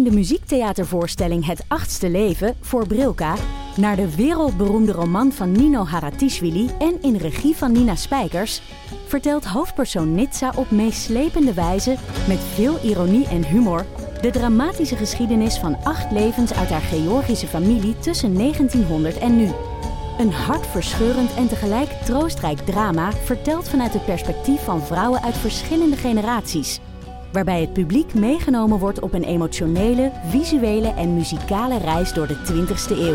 in de muziektheatervoorstelling Het Achtste Leven voor Brilka naar de wereldberoemde roman van Nino Haratischvili en in regie van Nina Spijkers, vertelt hoofdpersoon Nitsa op meeslepende wijze, met veel ironie en humor, de dramatische geschiedenis van 8 levens uit haar Georgische familie tussen 1900 en nu. Een hartverscheurend en tegelijk troostrijk drama verteld vanuit het perspectief van vrouwen uit verschillende generaties, waarbij het publiek meegenomen wordt op een emotionele, visuele en muzikale reis door de 20e eeuw.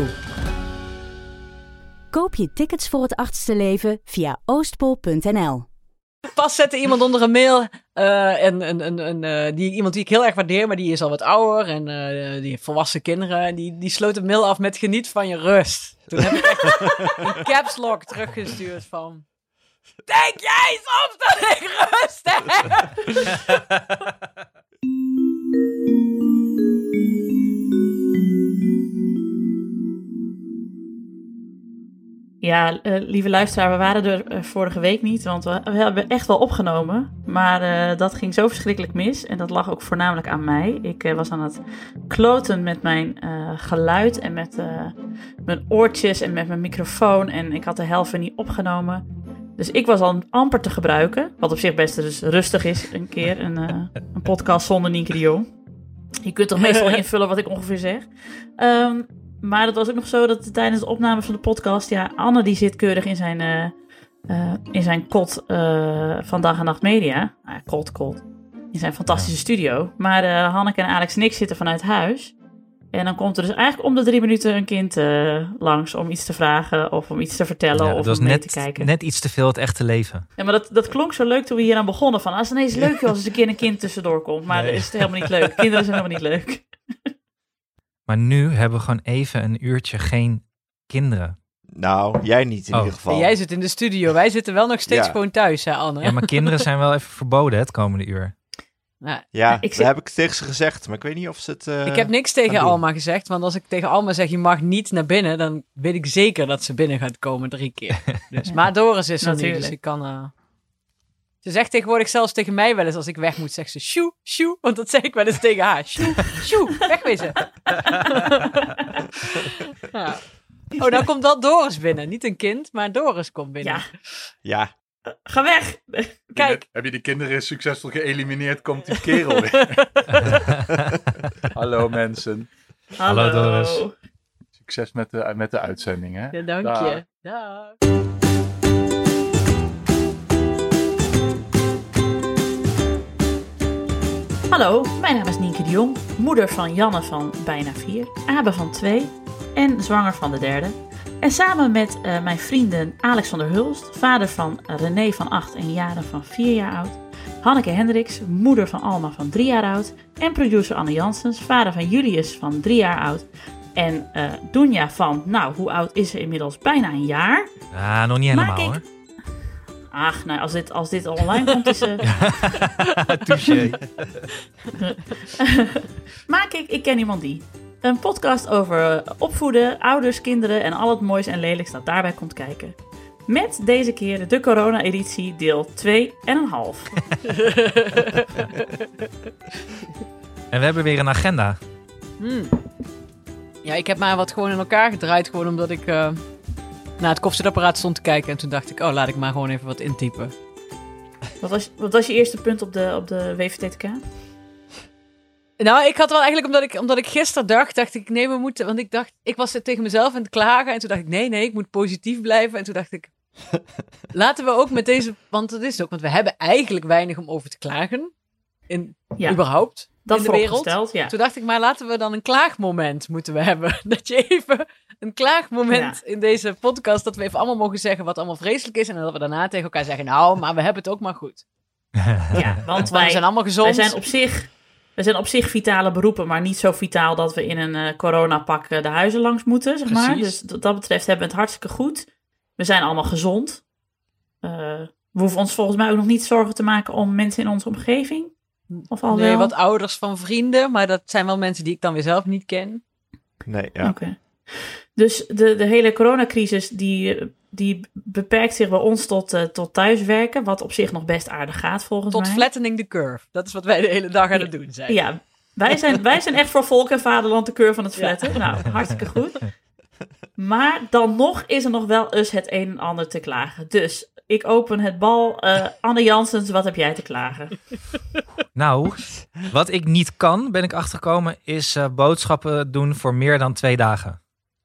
Koop je tickets voor Het Achtste Leven via oostpol.nl. Pas zette iemand onder een mail, iemand die ik heel erg waardeer, maar die is al wat ouder en die heeft volwassen kinderen. En die sloot een mail af met geniet van je rust. Toen heb ik echt een caps lock teruggestuurd van... Denk jij soms dat ik rust heb? Ja, lieve luisteraar, we waren er vorige week niet, want we hebben echt wel opgenomen. Maar dat ging zo verschrikkelijk mis en dat lag ook voornamelijk aan mij. Ik was aan het kloten met mijn geluid en met mijn oortjes en met mijn microfoon. En ik had de helft niet opgenomen. Dus ik was al amper te gebruiken, wat op zich best dus rustig is, een keer een podcast zonder Nienke de Jong. Je kunt toch meestal invullen wat ik ongeveer zeg. Maar het was ook nog zo dat tijdens de opname van de podcast... Ja, Anne die zit keurig in zijn kot van Dag en Nacht Media. Kot. In zijn fantastische studio. Maar Hanneke en Alex en ik zitten vanuit huis. En dan komt er dus eigenlijk om de 3 minuten een kind langs... om iets te vragen of om iets te vertellen of om mee te kijken. Net iets te veel het echte leven. Ja, maar dat klonk zo leuk toen we hier aan begonnen. Van, als het ineens leuk is als er een keer een kind tussendoor komt. Maar dat is het helemaal niet leuk. Kinderen zijn helemaal niet leuk. Maar nu hebben we gewoon even een uurtje geen kinderen. Nou, jij niet in ieder geval. En jij zit in de studio. Wij zitten wel nog steeds gewoon thuis, hè Anne? Ja, maar kinderen zijn wel even verboden het komende uur. Ja, dat heb ik tegen ze gezegd. Maar ik weet niet of ze het ik heb niks tegen Alma gezegd. Want als ik tegen Alma zeg, je mag niet naar binnen... dan weet ik zeker dat ze binnen gaat komen 3 keer. Dus, maar Doris is er niet, dus ik kan... Ze zegt tegenwoordig zelfs tegen mij wel eens als ik weg moet, zegt ze sjoe, sjoe. Want dat zeg ik wel eens tegen haar. Sjoe, sjoe, wegwezen. Ja. Oh, dan komt wel Doris binnen. Niet een kind, maar Doris komt binnen. Ja. Ga weg. Kijk. Heb je de kinderen succesvol geëlimineerd, komt die kerel weer. Hallo mensen. Hallo Doris. Succes met de uitzending, hè? Ja, dank je. Dag. Hallo, mijn naam is Nienke de Jong, moeder van Janne van bijna 4, Abe van 2 en zwanger van de 3e. En samen met mijn vrienden Alex van der Hulst, vader van René van 8 en Jaren van 4 jaar oud, Hanneke Hendricks, moeder van Alma van 3 jaar oud en producer Anne Janssens, vader van Julius van 3 jaar oud. En Dunja van, nou, hoe oud is ze inmiddels? Bijna een jaar. Ah, nog niet helemaal hoor. Ach, nou, als dit online komt, is... Touché. Maak ik ken iemand die. Een podcast over opvoeden, ouders, kinderen en al het moois en lelijks dat daarbij komt kijken. Met deze keer de corona-editie deel 2,5. En we hebben weer een agenda. Ja, ik heb maar wat gewoon in elkaar gedraaid, gewoon omdat ik... naar het koffiezetapparaat stond te kijken en toen dacht ik, laat ik maar gewoon even wat intypen. Wat was je eerste punt op de WVTK? Nou, ik had wel eigenlijk, omdat ik gisteren dacht ik, nee, we moeten, want ik was tegen mezelf aan het klagen en toen dacht ik, nee, ik moet positief blijven. En toen dacht ik, laten we ook met deze, want dat is het ook, want we hebben eigenlijk weinig om over te klagen. Überhaupt. Dat in de wereld. Ja. Toen dacht ik, maar laten we dan een klaagmoment moeten we hebben. Dat je even een klaagmoment in deze podcast, dat we even allemaal mogen zeggen wat allemaal vreselijk is. En dat we daarna tegen elkaar zeggen, nou, maar we hebben het ook maar goed. Ja, want we zijn allemaal gezond. We zijn op zich vitale beroepen, maar niet zo vitaal dat we in een coronapak de huizen langs moeten, zeg maar. Dus wat dat betreft hebben we het hartstikke goed. We zijn allemaal gezond. We hoeven ons volgens mij ook nog niet zorgen te maken om mensen in onze omgeving. Of al nee, wel? wat ouders van vrienden, maar dat zijn wel mensen die ik dan weer zelf niet ken. Nee, ja. Okay. Dus de hele coronacrisis die beperkt zich bij ons tot thuiswerken, wat op zich nog best aardig gaat volgens mij. Tot flattening the curve. Dat is wat wij de hele dag aan het doen zijn. Wij zijn echt voor volk en vaderland de keur van het flatten. Ja. Nou, hartstikke goed. Maar dan nog is er nog wel eens het een en ander te klagen. Dus ik open het bal. Anne Janssens, wat heb jij te klagen? Nou, wat ik niet kan, ben ik achtergekomen, is boodschappen doen voor meer dan 2 dagen.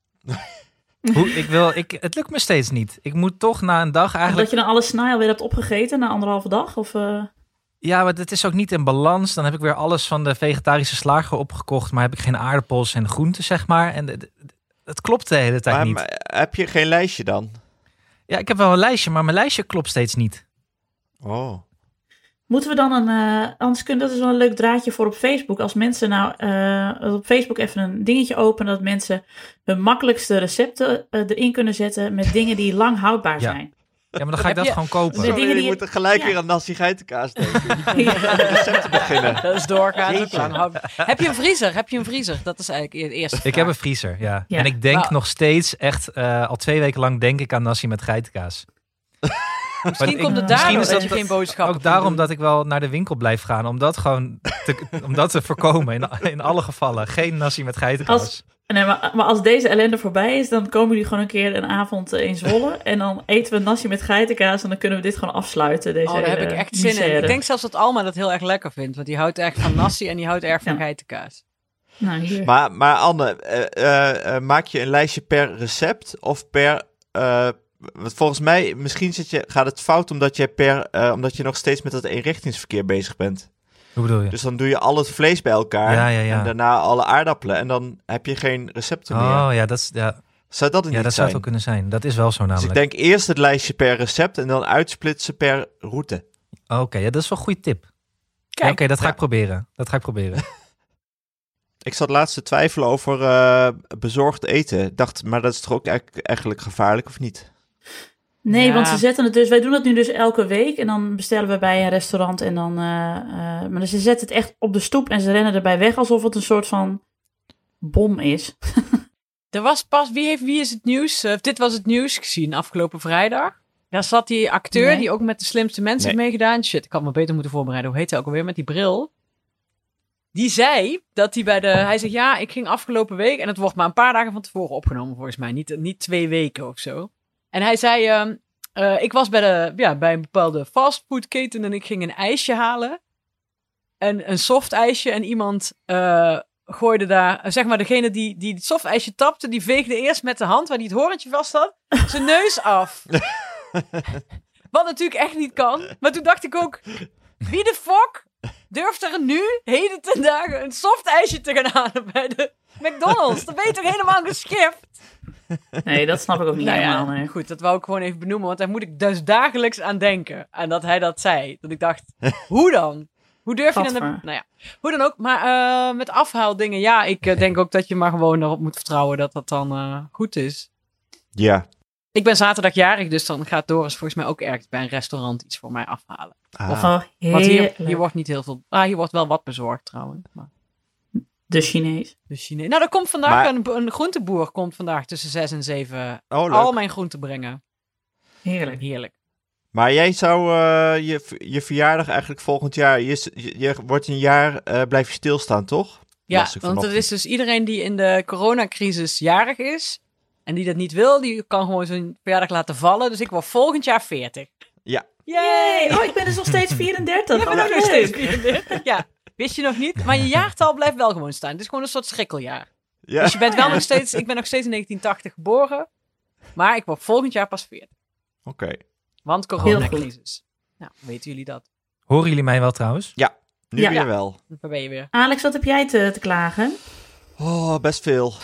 Het lukt me steeds niet. Ik moet toch na een dag eigenlijk... Dat je dan alle snij alweer hebt opgegeten na 1,5 dag? Of, Ja, maar het is ook niet in balans. Dan heb ik weer alles van de vegetarische slager opgekocht, maar heb ik geen aardappels en groenten, zeg maar. En het klopt de hele tijd niet. Maar heb je geen lijstje dan? Ja, ik heb wel een lijstje, maar mijn lijstje klopt steeds niet. Oh. Moeten we dan anders dat is wel een leuk draadje voor op Facebook. Als mensen nou op Facebook even een dingetje openen, dat mensen hun makkelijkste recepten erin kunnen zetten met dingen die lang houdbaar zijn. Ja, maar dan ga ik dat gewoon kopen. Sorry, je moet er gelijk weer aan nasi geitenkaas denken. Je moet aan de recepten beginnen. Dat is doorgaan. Heb je een vriezer? Dat is eigenlijk het eerste vraag. Ik heb een vriezer, ja. En ik denk nog steeds echt, al 2 weken lang denk ik aan nasi met geitenkaas. Misschien komt het daarom dat je geen boodschappen ook daarom dat ik wel naar de winkel blijf gaan. Om dat gewoon te voorkomen in alle gevallen. Geen nasi met geitenkaas. Maar als deze ellende voorbij is, dan komen jullie gewoon een keer een avond in Zwolle. En dan eten we nasi met geitenkaas en dan kunnen we dit gewoon afsluiten. Deze daar heb ik echt zin in. Ik denk zelfs dat Alma dat heel erg lekker vindt. Want die houdt erg van nasi en die houdt erg van geitenkaas. Nou, hier. Maar Anne, maak je een lijstje per recept of per... want volgens mij, misschien gaat het fout omdat je nog steeds met dat eenrichtingsverkeer bezig bent. Hoe bedoel je? Dus dan doe je al het vlees bij elkaar Ja. en daarna alle aardappelen en dan heb je geen recepten meer. Oh ja, Zou dat het niet dat zijn? zou het wel kunnen zijn. Dat is wel zo namelijk. Dus ik denk eerst het lijstje per recept en dan uitsplitsen per route. Oké, dat is wel een goede tip. Kijk, Oké, dat ga ik proberen. Ik zat laatst te twijfelen over bezorgd eten. Ik dacht, maar dat is toch ook eigenlijk gevaarlijk of niet? Nee, want ze zetten het dus... Wij doen het nu dus elke week en dan bestellen we bij een restaurant en dan... maar ze zetten het echt op de stoep en ze rennen erbij weg alsof het een soort van bom is. Er was pas... Wie is het nieuws? Dit was het nieuws gezien afgelopen vrijdag. Daar zat die acteur die ook met de slimste mensen heeft meegedaan. Shit, ik had me beter moeten voorbereiden. Hoe heet hij ook alweer met die bril? Die zei dat hij hij zegt, ja, ik ging afgelopen week... en het wordt maar een paar dagen van tevoren opgenomen volgens mij. Niet 2 weken of zo. En hij zei, ik was bij een bepaalde fastfoodketen en ik ging een ijsje halen. Een soft ijsje en iemand gooide daar, zeg maar degene die het soft ijsje tapte, die veegde eerst met de hand, waar hij het horentje vast had, zijn neus af. Wat natuurlijk echt niet kan. Maar toen dacht ik ook, wie de fuck durft er nu, heden ten dagen, een soft ijsje te gaan halen bij de McDonald's? Dan ben je toch helemaal geschift? Nee, dat snap ik ook niet helemaal. Nee. Goed, dat wou ik gewoon even benoemen, want daar moet ik dus dagelijks aan denken. En dat hij dat zei. Dat ik dacht, hoe dan? Hoe durf je dan? Nou ja, hoe dan ook. Maar met afhaaldingen, ja, ik denk ook dat je maar gewoon erop moet vertrouwen dat dat dan goed is. Ja. Ik ben zaterdag jarig, dus dan gaat Doris volgens mij ook ergens bij een restaurant iets voor mij afhalen. Want hier wordt niet heel veel... hier wordt wel wat bezorgd trouwens. Maar... De Chinees. Nou, er komt vandaag een groenteboer komt vandaag tussen 6 en 7 al mijn groenten brengen. Heerlijk. Maar jij zou je verjaardag eigenlijk volgend jaar... Je wordt een jaar, blijf je stilstaan, toch? Ja, want het is dus iedereen die in de coronacrisis jarig is... en die dat niet wil, die kan gewoon zijn verjaardag laten vallen. Dus ik word volgend jaar 40. Ja. Yay! Oh, ik ben dus nog steeds 34. Ik ben ook nog steeds 34. Ja, wist je nog niet? Maar je jaartal blijft wel gewoon staan. Het is gewoon een soort schrikkeljaar. Ja. Dus je bent wel nog steeds... Ik ben nog steeds in 1980 geboren. Maar ik word volgend jaar pas 40. Oké. Want coronacrisis. Nou, weten jullie dat? Horen jullie mij wel trouwens? Ja, nu weer wel. Waar ben je weer? Alex, wat heb jij te klagen? Oh, best veel.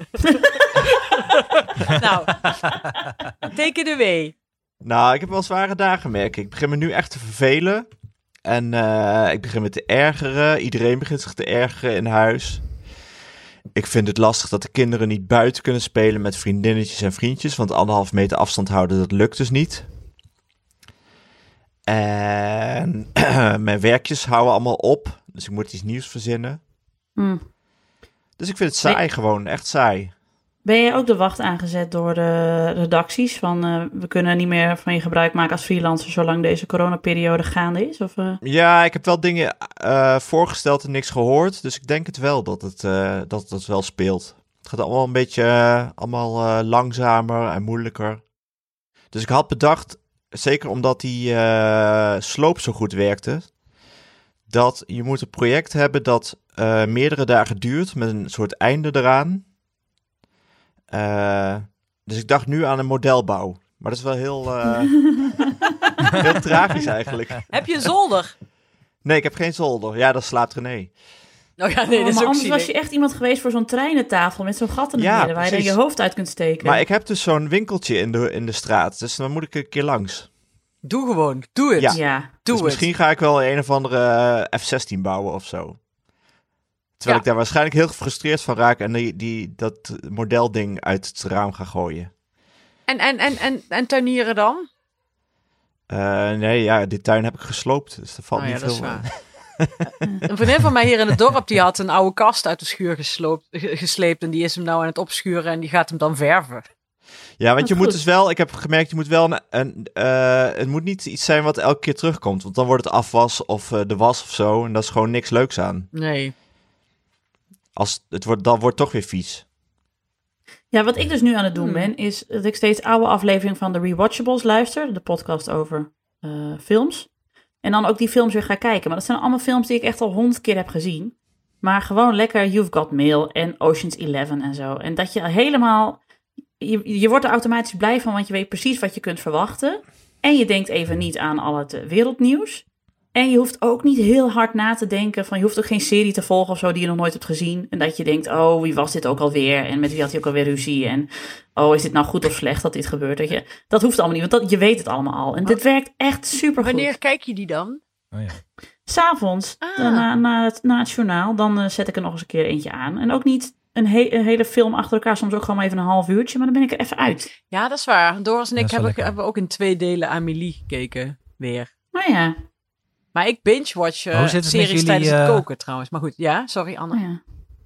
Nou, take it away. Nou, ik heb wel zware dagen, merk ik. Ik begin me nu echt te vervelen. En ik begin me te ergeren. Iedereen begint zich te ergeren in huis. Ik vind het lastig dat de kinderen niet buiten kunnen spelen met vriendinnetjes en vriendjes. Want 1,5 meter afstand houden, dat lukt dus niet. En mijn werkjes houden allemaal op. Dus ik moet iets nieuws verzinnen. Dus ik vind het saai gewoon, echt saai. Ben jij ook de wacht aangezet door de redacties? Van we kunnen niet meer van je gebruik maken als freelancer zolang deze coronaperiode gaande is? Of, Ja, ik heb wel dingen voorgesteld en niks gehoord. Dus ik denk het wel dat het wel speelt. Het gaat allemaal een beetje langzamer en moeilijker. Dus ik had bedacht, zeker omdat die sloop zo goed werkte, dat je moet een project hebben dat meerdere dagen duurt met een soort einde eraan. Dus ik dacht nu aan een modelbouw. Maar dat is wel heel tragisch eigenlijk. Heb je een zolder? Nee, ik heb geen zolder. Ja, dat slaapt René. Oh ja, nee, dat is maar ook anders zielig. was je echt iemand geweest voor zo'n treinentafel met zo'n gat in het midden waar je dan je hoofd uit kunt steken. Maar ik heb dus zo'n winkeltje in de straat. Dus dan moet ik een keer langs. Doe gewoon. Doe het. Ja. Doe Dus misschien ga ik wel een of andere F-16 bouwen of zo. Terwijl ik daar waarschijnlijk heel gefrustreerd van raak en dat modelding uit het raam ga gooien. En tuinieren dan? Nee, ja, die tuin heb ik gesloopt. Dus er valt niet dat is veel. waar. Een vriendin van mij hier in het dorp, die had een oude kast uit de schuur gesleept. En die is hem nou aan het opschuren en die gaat hem dan verven. Ja, want je goed. moet dus wel, ik heb gemerkt, je moet wel het moet niet iets zijn wat elke keer terugkomt. Want dan wordt het afwas of de was of zo. En dat is gewoon niks leuks aan. Nee. Dan wordt het toch weer vies. Ja, wat ik dus nu aan het doen ben, is dat ik steeds oude afleveringen van de Rewatchables luister. De podcast over films. En dan ook die films weer ga kijken. Maar dat zijn allemaal films die ik echt al 100 keer heb gezien. Maar gewoon lekker You've Got Mail en Ocean's 11 en zo. En dat je helemaal... Je wordt er automatisch blij van, want je weet precies wat je kunt verwachten. En je denkt even niet aan al het wereldnieuws. En je hoeft ook niet heel hard na te denken van... Je hoeft ook geen serie te volgen of zo die je nog nooit hebt gezien. En dat je denkt, oh, wie was dit ook alweer? En met wie had hij ook alweer ruzie? En oh, is dit nou goed of slecht dat dit gebeurt? Dat hoeft allemaal niet, want je weet het allemaal al. En dit werkt echt supergoed. Wanneer kijk je die dan? Oh ja. 'S'avonds, na het journaal, dan zet ik er nog eens een keer eentje aan. En ook niet een hele film achter elkaar, soms ook gewoon maar even een half uurtje. Maar dan ben ik er even uit. Ja, dat is waar. Doris en ik Dat is wel lekker. hebben ook in 2 delen Amélie gekeken. Weer. Nou ja, Maar ik binge-watch Hoe zit het met series jullie, tijdens het koken trouwens. Maar goed, ja, sorry Anne. nou ja.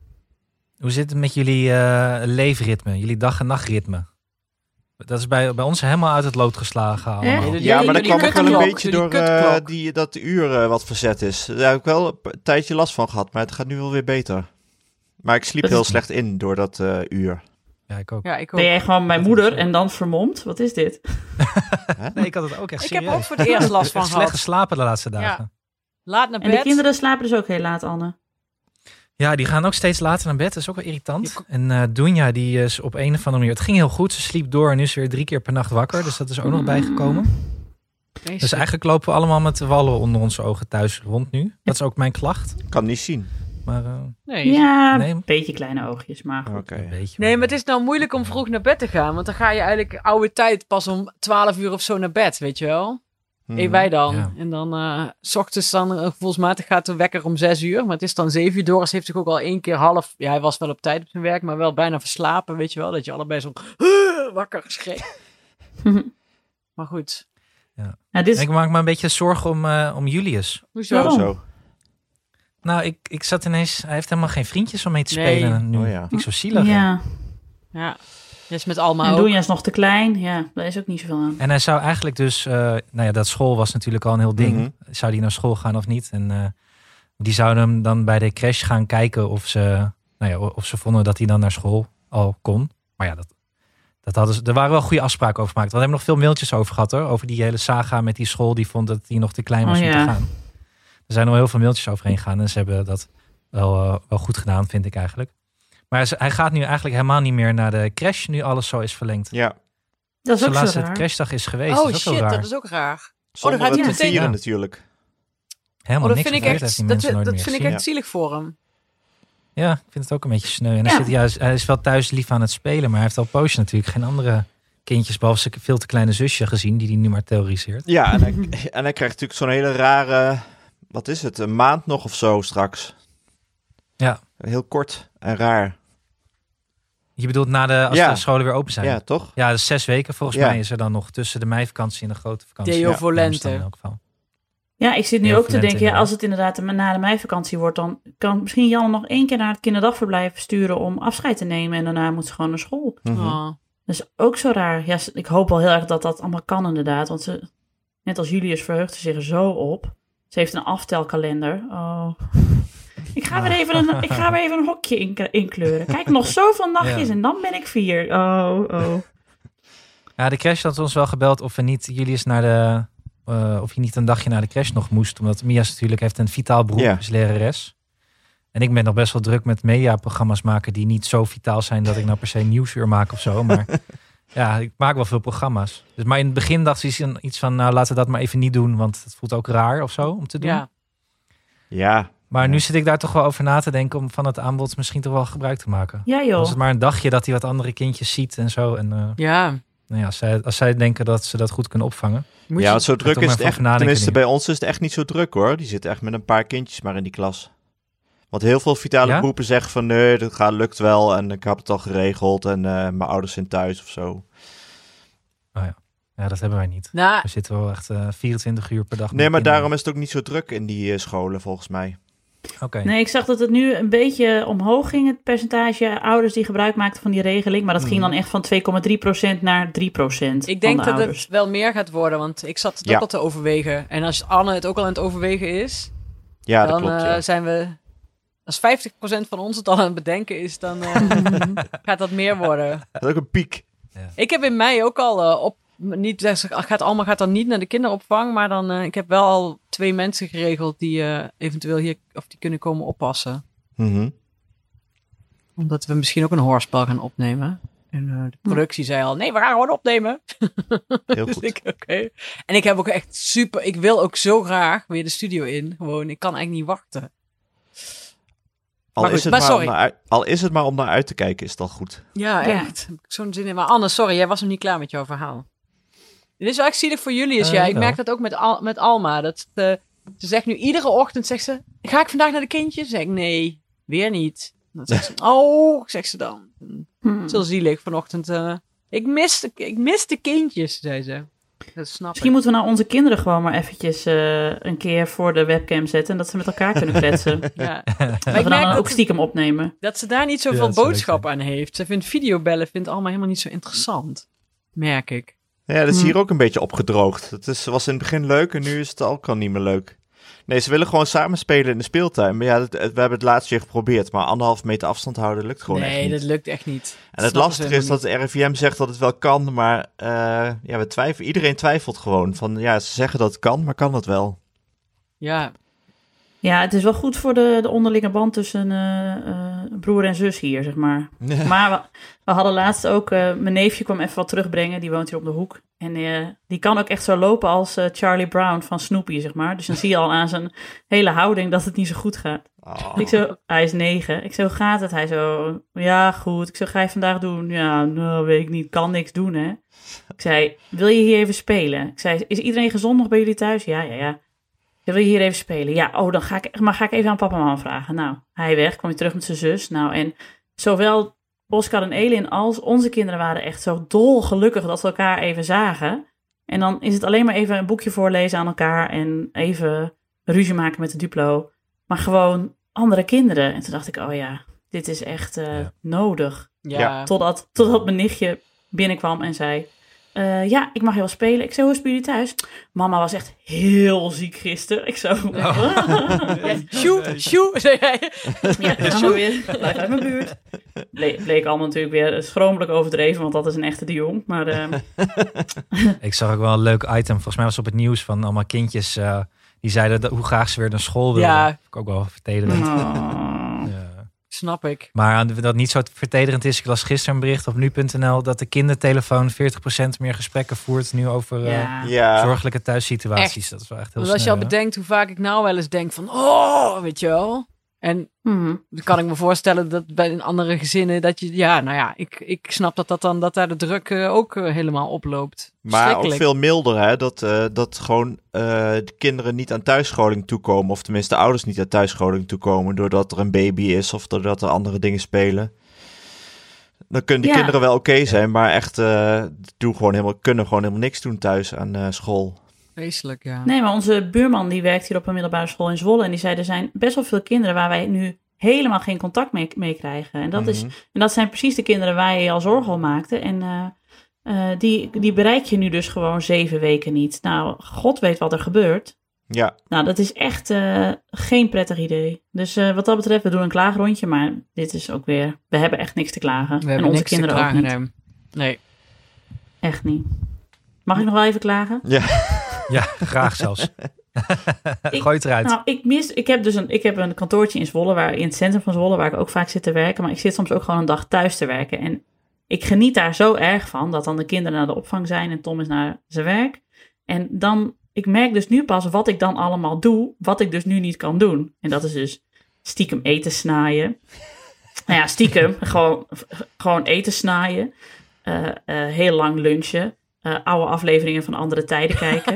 Hoe zit het met jullie leefritme, jullie dag- en nachtritme? Dat is bij ons helemaal uit het lood geslagen allemaal. Nee, Ja, maar dat jullie kwam ook wel een kutklok, beetje jullie door kutklok. dat uur wat verzet is. Daar heb ik wel een tijdje last van gehad, maar het gaat nu wel weer beter. Maar ik sliep Dat heel is- slecht in door dat uur. Ja, ik ook. Ja, ik ook. Ben jij gewoon mijn Dat moeder is zo. en dan vermomd? Wat is dit? Nee, ik had het ook echt Ik serieus. heb ook voor het eerst last van Echt slecht gehad. geslapen de laatste dagen. Laat naar En de bed. kinderen slapen dus ook heel laat, Anne. Ja, die gaan ook steeds later naar bed. Dat is ook wel irritant. En Doenja, die is op een of andere manier... Het ging heel goed, ze sliep door en nu is ze weer 3 keer per nacht wakker. Dus dat is ook nog bijgekomen. Dus eigenlijk lopen we allemaal met de wallen onder onze ogen thuis rond nu. Dat is ook mijn klacht. Kan niet zien. Maar Nee. Ja, Nee. een beetje kleine oogjes, maar goed. Oké. een beetje. Nee, maar het is nou moeilijk om vroeg naar bed te gaan. Want dan ga je eigenlijk oude tijd pas om 12 uur of zo naar bed, weet je wel. Mhm. Wij dan. Ja. En dan, 's ochtends dan, gevoelsmatig gaat de wekker om 6 uur. Maar het is dan 7 uur. Doris heeft zich ook al 1 keer half... Ja, hij was wel op tijd op zijn werk, maar wel bijna verslapen, weet je wel. Dat je allebei zo wakker schreef. Maar goed. Nou, dit is, Ik maak me een beetje zorgen om Julius. Hoezo? Waarom? Zo. Nou, ik zat ineens... Hij heeft helemaal geen vriendjes om mee te Nee. spelen nu. Oh ja. Vind ik zo zielig. hè? ja. Ja. Dat is met Alma En ook. Doenja is nog te klein. Ja, daar is ook niet zoveel aan. En hij zou eigenlijk dus... nou ja, dat school was natuurlijk al een heel ding. Mhm. Zou die naar school gaan of niet? En die zouden hem dan bij de crash gaan kijken of ze vonden dat hij dan naar school al kon. Maar ja, dat hadden ze, er waren wel goede afspraken over gemaakt. We hebben nog veel mailtjes over gehad hoor. Over die hele saga met die school die vond dat hij nog te klein was Oh, om ja. te gaan. Er zijn nog heel veel mailtjes overheen gegaan. En ze hebben dat wel goed gedaan, vind ik eigenlijk. Maar hij gaat nu eigenlijk helemaal niet meer naar de crash. Nu alles zo is verlengd. Ja. Dat is Zijn ook zo laatste raar. crashdag is geweest. Oh dat is ook shit, wel raar. dat is ook raar. Zonder gaat hij het te meteen- vieren Ja. natuurlijk. Helemaal Dat niks vind ik gebeurd, heeft echt, die mensen nooit dat meer vind ik gezien. echt zielig voor hem. Ja, ik vind het ook een beetje sneu. En Ja. hij is wel thuis lief aan het spelen, maar hij heeft al een poosje natuurlijk geen andere kindjes, behalve zijn veel te kleine zusje gezien, die hij nu maar terroriseert. Ja, en hij krijgt natuurlijk zo'n hele rare... Wat is het? Een maand nog of zo straks. Ja. Heel kort en raar. Je bedoelt als Ja. de scholen weer open zijn? Ja, toch? Ja, dus 6 weken volgens Ja. mij is er dan nog tussen de meivakantie en de grote vakantie. Deo Ja, Volente. in elk geval. Ja, ik zit nu Heel ook te verwend, denken, inderdaad. als het inderdaad na de meivakantie wordt, dan kan misschien Jan nog 1 keer naar het kinderdagverblijf sturen om afscheid te nemen en daarna moet ze gewoon naar school. Mhm. Oh. Dat is ook zo raar. Ja, ik hoop wel heel erg dat dat allemaal kan inderdaad, want ze, net als Julius, verheugt ze zich er zo op. Ze heeft een aftelkalender. Oh. Ik ga weer even een hokje inkleuren. Kijk, nog zoveel nachtjes Ja. en dan ben ik 4. Oh. Ja, de crash had ons wel gebeld of we niet Julius of je niet een dagje naar de crash nog moest. Omdat Mia's natuurlijk heeft een vitaal beroep, Ja. is lerares. En ik ben nog best wel druk met mediaprogramma's maken die niet zo vitaal zijn dat ik nou per se Nieuwsuur maak of zo. Maar ja, ik maak wel veel programma's. Dus, maar in het begin dacht ze iets van, nou laten we dat maar even niet doen. Want het voelt ook raar of zo om te doen. Ja. Ja, Maar Ja. nu zit ik daar toch wel over na te denken om van het aanbod misschien toch wel gebruik te maken. Ja joh. Als het maar een dagje dat hij wat andere kindjes ziet en zo. En Ja. nou ja, als zij denken dat ze dat goed kunnen opvangen. Moet ja, je... want zo druk toch is maar het even echt. over nadenken Tenminste, nu. bij ons is het echt niet zo druk hoor. Die zitten echt met een paar kindjes maar in die klas. Want heel veel vitale Ja? beroepen zeggen van nee, lukt wel en ik heb het al geregeld en mijn ouders zijn thuis of zo. Ja, dat hebben wij niet. Nou, We zitten wel echt 24 uur per dag. met Nee, maar kinderen. daarom is het ook niet zo druk in die scholen volgens mij. Oké. Nee, ik zag dat het nu een beetje omhoog ging, het percentage ouders die gebruik maakten van die regeling. Maar dat ging dan echt van 2,3% naar 3% ik denk van de dat ouders. het wel meer gaat worden, want ik zat het Ja. ook al te overwegen. En als Anne het ook al aan het overwegen is, Ja, dat dan klopt. Ja. zijn we... Als 50% van ons het al aan het bedenken is, dan gaat dat meer worden. Dat is ook een piek. Ik heb in mei ook al Alma gaat dan niet naar de kinderopvang, maar dan ik heb wel al 2 mensen geregeld die eventueel hier of die kunnen komen oppassen. Mhm. Omdat we misschien ook een hoorspel gaan opnemen. En de productie zei al, nee, we gaan gewoon opnemen. Heel Dus goed. oké. En ik heb ook echt super, ik wil ook zo graag weer de studio in. Gewoon, ik kan eigenlijk niet wachten. Al Maar is, goed, het maar maar sorry. al is het maar om naar uit te kijken, is het al goed. Ja, Ja. echt. Heb ik zo'n zin in. Maar Anne, sorry, jij was nog niet klaar met jouw verhaal. Dit is wel echt zielig voor jullie. Ja, ik wel. merk dat ook met Alma. Dat ze zegt nu iedere ochtend, zegt ze, ga ik vandaag naar de kindjes? Zeg ik, nee, weer niet. Dan zegt ze, zegt ze dan. Zo zielig vanochtend. Ik mis de kindjes, zei ze. Dat snap Misschien ik. moeten we nou onze kinderen gewoon maar eventjes een keer voor de webcam zetten en dat ze met elkaar kunnen kletsen. Ja. Dat Maar we ik dan merk ook dat, stiekem opnemen. dat ze daar niet Ja, zoveel dat zou leuk boodschap aan heeft. Ze vindt videobellen allemaal helemaal niet zo interessant. Merk ik. Ja, dat is hier ook een beetje opgedroogd. Was in het begin leuk en nu is het ook al niet meer leuk. Nee, ze willen gewoon samen spelen in de speeltuin. Maar ja, we hebben het laatst weer geprobeerd. Maar 1,5 meter afstand houden lukt gewoon echt Nee, niet. dat lukt echt niet. En het lastige is dat de RIVM zegt dat het wel kan. Maar iedereen twijfelt gewoon. Van ja, ze zeggen dat het kan, maar kan het wel? Ja, Ja, het is wel goed voor de onderlinge band tussen broer en zus hier, zeg maar. Ja. Maar we hadden laatst ook, mijn neefje kwam even wat terugbrengen, die woont hier op de hoek. En die kan ook echt zo lopen als Charlie Brown van Snoopy, zeg maar. Dus dan zie je al aan zijn hele houding dat het niet zo goed gaat. Oh. Ik zo, hij is 9. Ik zo, hoe gaat het? Hij zo, ja, goed. Ik zo, ga je vandaag doen? Ja, nou, weet ik niet. Kan niks doen, hè? Ik zei, wil je hier even spelen? Ik zei, is iedereen gezond nog bij jullie thuis? Ja. Wil je hier even spelen? Ja, dan ga ik even aan papa en mama vragen. Nou, hij weg, kwam hij terug met zijn zus. Nou, en zowel Oscar en Elin als onze kinderen waren echt zo dolgelukkig dat we elkaar even zagen. En dan is het alleen maar even een boekje voorlezen aan elkaar en even ruzie maken met de Duplo. Maar gewoon andere kinderen. En toen dacht ik, oh ja, dit is echt nodig. ja. Totdat mijn nichtje binnenkwam en zei, ja, ik mag je wel spelen. Ik zei, hoe is het bij jullie thuis? Mama was echt heel ziek gisteren. Ik zo, Sjoe, zei jij. ja, ga maar weer. Blijf uit mijn buurt. Bleek allemaal natuurlijk weer schromelijk overdreven, want dat is een echte de Jong. Maar Ik zag ook wel een leuk item. Volgens mij was het op het nieuws van allemaal kindjes die zeiden hoe graag ze weer naar school wilden. Ja. Vind ik ook wel vertederend. Ja. Snap ik. Maar dat niet zo vertederend is. Ik las gisteren een bericht op nu.nl dat de kindertelefoon 40% meer gesprekken voert nu over Ja. zorgelijke thuissituaties. Echt. Dat is wel echt heel Want als je sneu, al hè? bedenkt hoe vaak ik nou wel eens denk van, weet je wel. En dan kan ik me voorstellen dat bij in andere gezinnen dat je, ik snap dat daar de druk ook helemaal oploopt. Maar ook Schrikkelijk. veel milder, hè? Dat gewoon de kinderen niet aan thuisscholing toekomen. Of tenminste de ouders niet aan thuisscholing toekomen. Doordat er een baby is of doordat er andere dingen spelen. Dan kunnen die kinderen wel oké zijn. Maar echt kunnen gewoon helemaal niks doen thuis aan school. Vreselijk, ja. Nee, maar onze buurman die werkt hier op een middelbare school in Zwolle. En die zei, er zijn best wel veel kinderen waar wij nu helemaal geen contact mee krijgen. En dat zijn precies de kinderen waar je al zorgen om maakte. En die bereik je nu dus gewoon 7 weken niet. Nou, God weet wat er gebeurt. Ja. Nou, dat is echt geen prettig idee. Dus wat dat betreft, we doen een klaagrondje. Maar dit is ook weer, we hebben echt niks te klagen. We hebben en onze niks kinderen te ook klagen, niet. Nee. Echt niet. Mag ik nog wel even klagen? Ja, graag zelfs. Gooi het eruit. Nou, ik heb een kantoortje in Zwolle, in het centrum van Zwolle, waar ik ook vaak zit te werken. Maar ik zit soms ook gewoon een dag thuis te werken. En ik geniet daar zo erg van, dat dan de kinderen naar de opvang zijn en Tom is naar zijn werk. En dan, ik merk dus nu pas wat ik dan allemaal doe, wat ik dus nu niet kan doen. En dat is dus stiekem eten snaaien. Nou ja, stiekem, gewoon eten snaaien. Heel lang lunchen. Oude afleveringen van Andere Tijden kijken.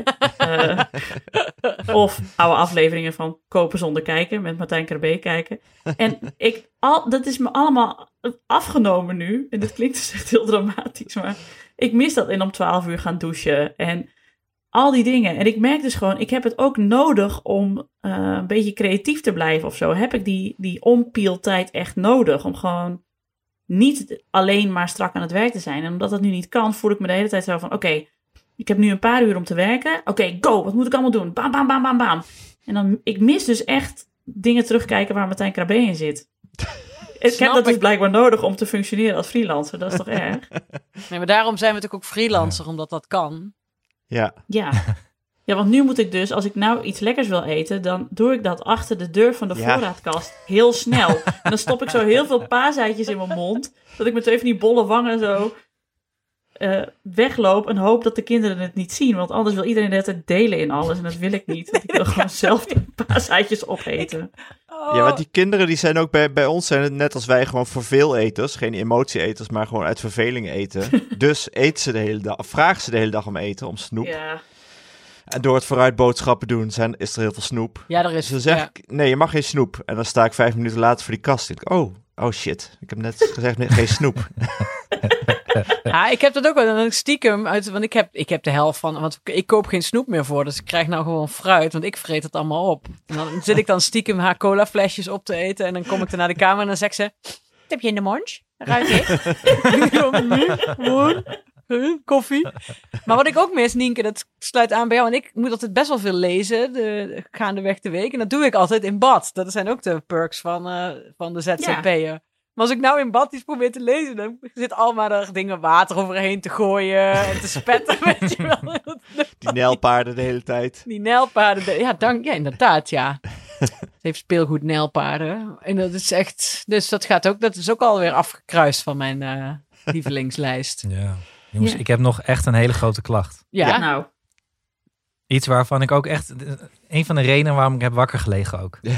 Of oude afleveringen van Kopen zonder kijken, met Martijn Krabbe kijken. En dat is me allemaal afgenomen nu. En dat klinkt dus echt heel dramatisch, maar ik mis dat in om 12 uur gaan douchen. En al die dingen. En ik merk dus gewoon, ik heb het ook nodig om een beetje creatief te blijven of zo. Heb ik die onpieltijd echt nodig om gewoon niet alleen maar strak aan het werk te zijn. En omdat dat nu niet kan, voel ik me de hele tijd zo van, oké, ik heb nu een paar uur om te werken. Oké, go, wat moet ik allemaal doen? Bam, bam, bam, bam, bam. En dan, ik mis dus echt dingen terugkijken waar Martijn Krabbe in zit. Ik heb dat dus blijkbaar nodig om te functioneren als freelancer. Dat is toch erg? Nee, maar daarom zijn we natuurlijk ook freelancer, omdat dat kan. Ja. Ja, want nu moet ik dus, als ik nou iets lekkers wil eten, dan doe ik dat achter de deur van de voorraadkast heel snel. En dan stop ik zo heel veel paaseitjes in mijn mond, dat ik met even die bolle wangen zo wegloop en hoop dat de kinderen het niet zien. Want anders wil iedereen de hele tijd delen in alles en dat wil ik niet. Want ik wil gewoon zelf de paaseitjes opeten. Ja, want die kinderen die zijn ook bij ons, zijn het net als wij gewoon verveeleters. Geen emotieeters, maar gewoon uit verveling eten. Dus eten ze de hele dag, vragen ze de hele dag om eten, om snoep. Ja. En door het vooruit boodschappen doen, is er heel veel snoep. Ja, er is. Dus dan zeg ik, nee, je mag geen snoep. En dan sta ik 5 minuten later voor die kast. Ik denk, oh shit, ik heb net gezegd, geen snoep. Ja, ik heb dat ook wel. Dan stiekem uit, want ik heb de helft van, want ik koop geen snoep meer voor, dus ik krijg nou gewoon fruit, want ik vreet het allemaal op. En dan zit ik dan stiekem haar cola flesjes op te eten en dan kom ik er naar de kamer en dan zegt ze, wat heb je in de mond? Ruik ik? Koffie. Maar wat ik ook mis, Nienke, dat sluit aan bij jou. En ik moet altijd best wel veel lezen, gaandeweg de week. En dat doe ik altijd in bad. Dat zijn ook de perks van de ZZP'er. Ja. Maar als ik nou in bad iets probeer te lezen, dan zit allemaal er dingen water overheen te gooien en te spetten. Weet je wel. Die nijlpaarden de hele tijd. Die nijlpaarden, ja, inderdaad, ja. Ze heeft speelgoed nijlpaarden. En dat is echt, dus dat is ook alweer afgekruist van mijn lievelingslijst. Ja. Jongens, ik heb nog echt een hele grote klacht. Ja, nou. Iets waarvan ik ook echt, een van de redenen waarom ik heb wakker gelegen ook. Ja.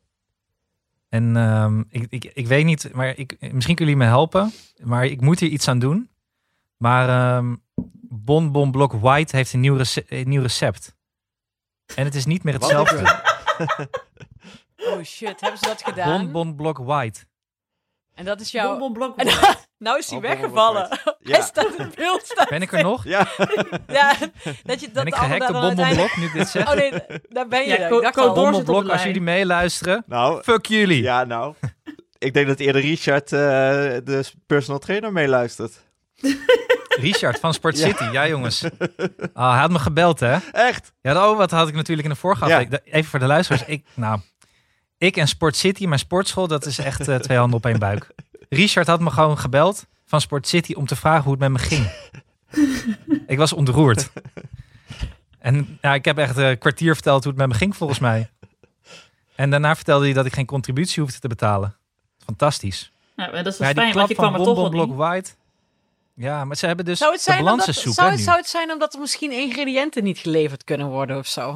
En ik weet niet, maar misschien kunnen jullie me helpen. Maar ik moet hier iets aan doen. Maar Bon Blok White heeft een nieuw recept. En het is niet meer hetzelfde. Oh shit, hebben ze dat gedaan? Bon Blok White. En dat is jouw... Bon Blok nou is hij weggevallen. Ja. Hij staat in beeld. Ben ik er nog? Ja. Ja, dat ben ik gehackt op Bon Blok, nu ik dit zeg? Oh nee, daar ben je. Ja, Ik dacht al, Bon Blok, als jullie meeluisteren, Nou, fuck jullie. ja, nou. Ik denk dat eerder Richard, de personal trainer, meeluistert. Richard van Sport City, ja jongens. Hij had me gebeld, hè? Echt? Ja, wat had ik natuurlijk in de vorige aflevering. Even voor de luisteraars. Ik en Sport City, mijn sportschool, dat is echt 2 handen op 1 buik. Richard had me gewoon gebeld van Sport City om te vragen hoe het met me ging. Ik was ontroerd. En ja, ik heb echt een kwartier verteld hoe het met me ging, volgens mij. En daarna vertelde hij dat ik geen contributie hoefde te betalen. Fantastisch. Ja, dat is dus fijn, want je kwam er Bon toch Blok niet. White. Ja, maar ze hebben dus zou het zijn de balansensoep. zou het zijn omdat er misschien ingrediënten niet geleverd kunnen worden of zo?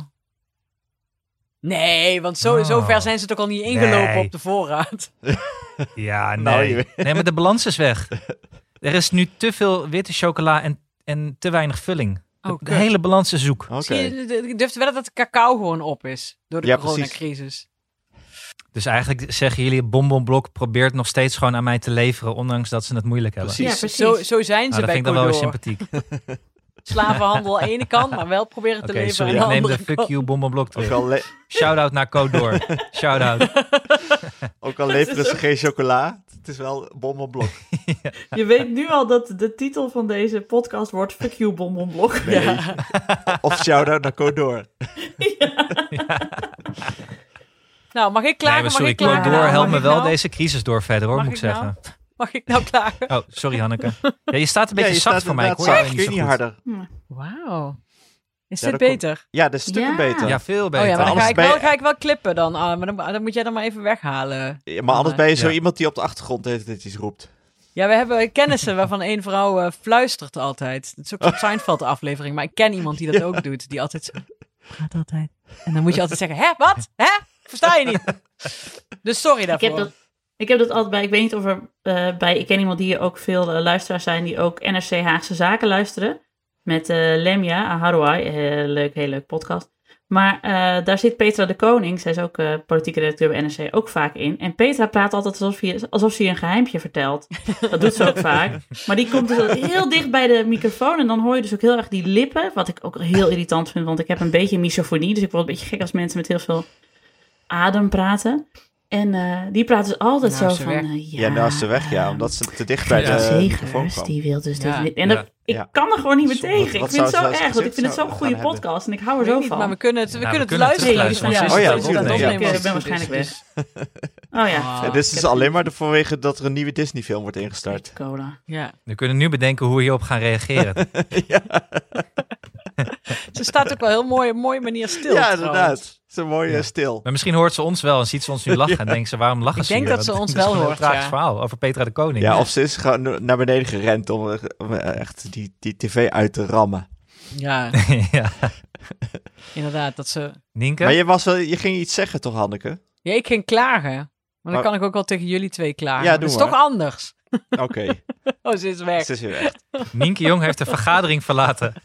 Nee, want zo ver zijn ze toch al niet ingelopen op de voorraad. Ja, Nou, nee. Nee, maar de balans is weg. Er is nu te veel witte chocola en te weinig vulling. De hele balans is zoek. Oké. Ik durf te wedden dat de cacao gewoon op is door de coronacrisis. Dus eigenlijk zeggen jullie, Bon Blok probeert nog steeds gewoon aan mij te leveren, ondanks dat ze het moeilijk hebben. Precies. Ja, precies. Zo zijn ze Dat bij vind ik dan wel weer Codor. sympathiek. slavenhandel aan de ene kant, maar wel proberen te Oké, leven sorry, aan de ik neem de andere fuck kant. you bommenblok Ook terug. al, Shout-out naar Code Door. Shout-out. ook al leveren ze geen chocola, het is wel bommenblok. Je weet nu al dat de titel van deze podcast wordt Fuck You Bonbonblok. Nee. Ja. Of shout-out naar Codor. Nou, mag ik Nee, klagen? maar sorry, mag ik Code klagen? Door Nou, helpt mag me ik wel nou? deze crisis door verder, hoor, Mag moet ik ik nou? zeggen. Mag ik nou klagen? Oh, sorry Hanneke. Ja, je staat een beetje je zacht staat voor mij. Ik hoor inderdaad je zacht. niet Kun je zo niet goed. harder? Wauw. Is Ja, dit dat komt- beter? Ja, dat is stukken Ja. beter. Ja, veel beter. Oh ja, maar dan Anders ga ik wel klippen dan. Maar dan moet jij dan maar even weghalen. Ja, maar anders ben je zo Ja. iemand die op de achtergrond de hele tijd iets roept. Ja, we hebben kennissen waarvan één vrouw fluistert altijd. Dat is ook zo'n Seinfeld-aflevering. Maar ik ken iemand die dat ook doet. Die altijd zo... Gaat altijd. En dan moet je altijd zeggen... Hè? Wat? Hè? Versta je niet? Dus sorry daarvoor. Ik heb dat altijd bij, ik weet niet of er bij, ik ken iemand die ook veel luisteraars zijn die ook NRC Haagse Zaken luisteren. Met Lemja Aharouai, heel leuk podcast. Maar daar zit Petra de Koning, zij is ook politieke redacteur bij NRC, ook vaak in. En Petra praat altijd alsof ze je een geheimpje vertelt. Dat doet ze ook vaak. Maar die komt dus heel dicht bij de microfoon en dan hoor je dus ook heel erg die lippen. Wat ik ook heel irritant vind, want ik heb een beetje misofonie. Dus ik word een beetje gek als mensen met heel veel adem praten. En die praten dus altijd Nou is zo ze van... weg. Ja, nou is ze weg, ja. Omdat ze te dicht bij Ja. de microfoon Zegers, kwam. die wil dus Ja. dit. En Ja. dat, ik Ja. kan er gewoon niet meer Wat- tegen. Ik wat vind het zo zou ze erg, want ik vind het zo'n gaan goede hebben? podcast. En ik hou er Ik zo weet niet, van. maar we kunnen het Nou, we luisteren. kunnen het terugluisteren. Ja, Oh ja, we moeten het tuurlijk. opnemen Ik als ben het goed is, waarschijnlijk dus- Oh ja, Ah. En dit is alleen maar vanwege dat er een nieuwe Disney-film wordt ingestart. cola. Ja. We kunnen nu bedenken hoe we hierop gaan reageren. Ze staat ook wel heel mooie manier stil. Ja, trouwens. inderdaad. Het is een mooie Ja. stil. Maar misschien hoort ze ons wel en ziet ze ons nu lachen en denkt ze, waarom lachen Ik ze denk hier? dat ze Want ons het is wel gewoon hoort, een tragisch ja. verhaal over Petra de Koning. Ja, of ze is gewoon naar beneden gerend om echt die tv uit te rammen. Ja, ja. inderdaad. Dat ze... Nienke? Maar je ging iets zeggen toch, Hanneke? Ja, ik ging klagen. Maar dan Maar- kan ik ook wel tegen jullie twee klagen. Ja, Maar doe dat is maar. toch anders. Oké, Oh, ze is weg. ze is weer echt. Nienke Jong heeft de vergadering verlaten.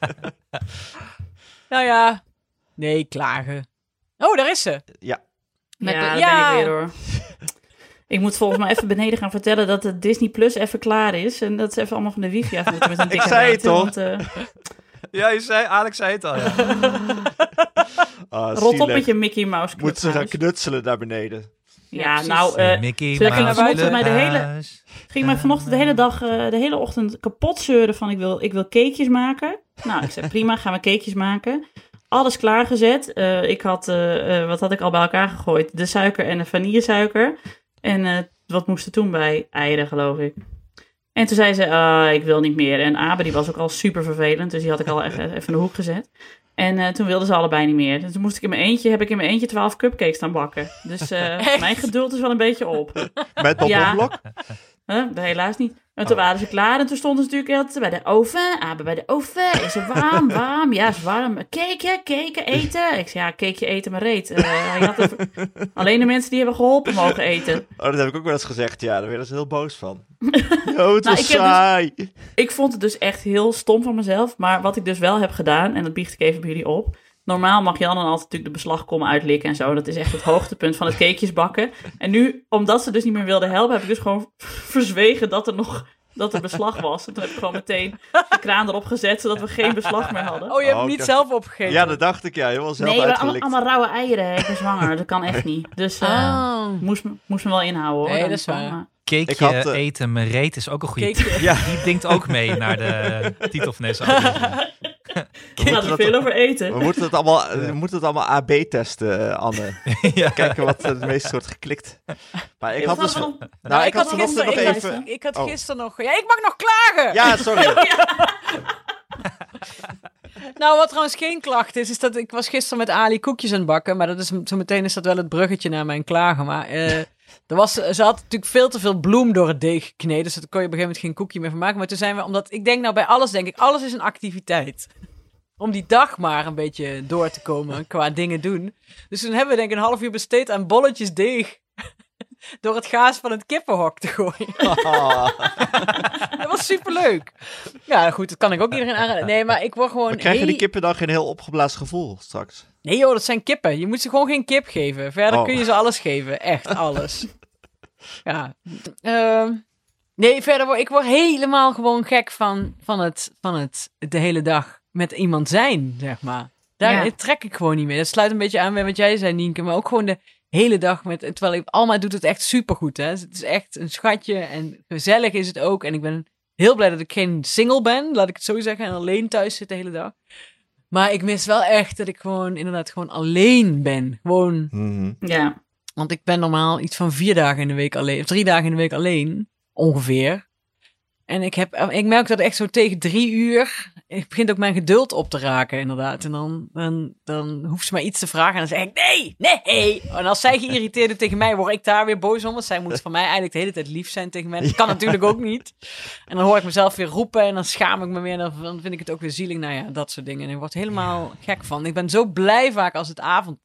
Nou ja. Nee, klagen. Oh, daar is ze. Ja, Met Ja, de- daar ja. ben ik weer hoor. Ik moet volgens mij even beneden gaan vertellen dat de Disney Plus even klaar is. En dat ze even allemaal van de wifi af moeten met een dikke zei het reet, toch? want, Ja, Alex zei het al. Ja. ah, rot op zielig. met je Mickey Mouse Moeten ze gaan Clubhouse. knutselen naar beneden. Ja, precies. nou, Mickey ze gingen Mouse vanochtend mij de hele- Clubhuis. ging mij vanochtend de hele dag, de hele ochtend kapot zeuren van ik wil cakejes maken. Nou, ik zei prima, gaan we cakejes maken. Alles klaargezet. Ik had, wat had ik al bij elkaar gegooid? De suiker en de vanillesuiker. En wat moest er toen bij? Eieren, geloof ik. En toen zei ze, ik wil niet meer. En Abe, die was ook al super vervelend. Dus die had ik al even in de hoek gezet. En toen wilden ze allebei niet meer. Dus toen heb ik in mijn eentje 12 cupcakes staan bakken. Dus mijn geduld is wel een beetje op. Met bomblok? Helaas niet. En toen waren ze klaar en toen stonden ze natuurlijk heel bij de oven. Abe bij de oven. Is het warm? Warm? Ja, is warm. Cake eten? Ik zei, ja, cakeje eten maar reet. Hij had alleen de mensen die hebben geholpen mogen eten. Oh, dat heb ik ook wel eens gezegd. Ja, daar werden ze heel boos van. Oh, het was ik heb dus- saai. Ik vond het dus echt heel stom van mezelf. Maar wat ik dus wel heb gedaan, en dat biecht ik even bij jullie op. Normaal mag Jan dan altijd natuurlijk de beslagkommen uitlikken en zo. Dat is echt het hoogtepunt van het cakejes bakken. En nu, omdat ze dus niet meer wilden helpen, heb ik dus gewoon verzwegen dat er beslag was. En toen heb ik gewoon meteen de kraan erop gezet, zodat we geen beslag meer hadden. Oh, je hebt Oh, hem niet ik zelf opgegeten. Ja, dat dacht ik. Ja, helemaal zelf Nee, maar uitgelikt. allemaal rauwe eieren. hè. Ik ben zwanger, dat kan echt niet. Dus Oh. moest me wel inhouden hoor. Nee, daar dat is niet van, waar. maar- Cakeje Ik had, eten, mijn reet is ook een goede Cakeje. tip. Ja. Die dinkt ook mee naar de titel van deze aflevering. Ik ga er veel over eten. We moeten het allemaal AB testen, Anne. Ja. Kijken wat het meest wordt geklikt. Maar ik had Wat dus... hadden we nog? Nou, ik had gisteren vanochtend nog ik- even... Ik had Oh. gisteren nog... Ja, ik mag nog klagen! Ja, sorry. Nou, wat trouwens geen klacht is dat ik was gisteren met Ali koekjes aan het bakken. Maar dat is, zo meteen is dat wel het bruggetje naar mijn klagen. Maar ze had natuurlijk veel te veel bloem door het deeg gekneden. Dus daar kon je op een gegeven moment geen koekje meer van maken. Maar toen zijn we, omdat ik denk nou bij alles, denk ik, alles is een activiteit. Om die dag maar een beetje door te komen qua dingen doen. Dus toen hebben we denk ik een half uur besteed aan bolletjes deeg. Door het gaas van het kippenhok te gooien. Oh. Dat was superleuk. Ja, goed, dat kan ik ook iedereen aanraden. Nee, maar ik word gewoon... Maar krijgen die kippen dan geen heel opgeblazen gevoel straks? Nee joh, dat zijn kippen. Je moet ze gewoon geen kip geven. Verder Oh. kun je ze alles geven. Echt alles. Ja. Nee, verder, ik word helemaal gewoon gek van het de hele dag met iemand zijn, zeg maar. Daar trek ik gewoon niet meer. Dat sluit een beetje aan bij wat jij zei, Nienke. Maar ook gewoon de hele dag terwijl Alma doet het echt supergoed, hè. Het is echt een schatje en gezellig is het ook. En ik ben heel blij dat ik geen single ben, laat ik het zo zeggen. En alleen thuis zit de hele dag. Maar ik mis wel echt dat ik gewoon alleen ben. Gewoon. Ja. Want ik ben normaal iets van 4 dagen in de week alleen. Of 3 dagen in de week alleen. Ongeveer. En ik merk dat echt zo tegen 3 uur... Ik begint ook mijn geduld op te raken, inderdaad. En dan hoeft ze maar iets te vragen. En dan zeg ik, nee. En als zij geïrriteerd is tegen mij, word ik daar weer boos om. Want zij moet van mij eigenlijk de hele tijd lief zijn tegen mij. Dat kan natuurlijk ook niet. En dan hoor ik mezelf weer roepen. En dan schaam ik me weer. En dan vind ik het ook weer zielig. Nou ja, dat soort dingen. En ik word helemaal gek van. Ik ben zo blij vaak als het avond...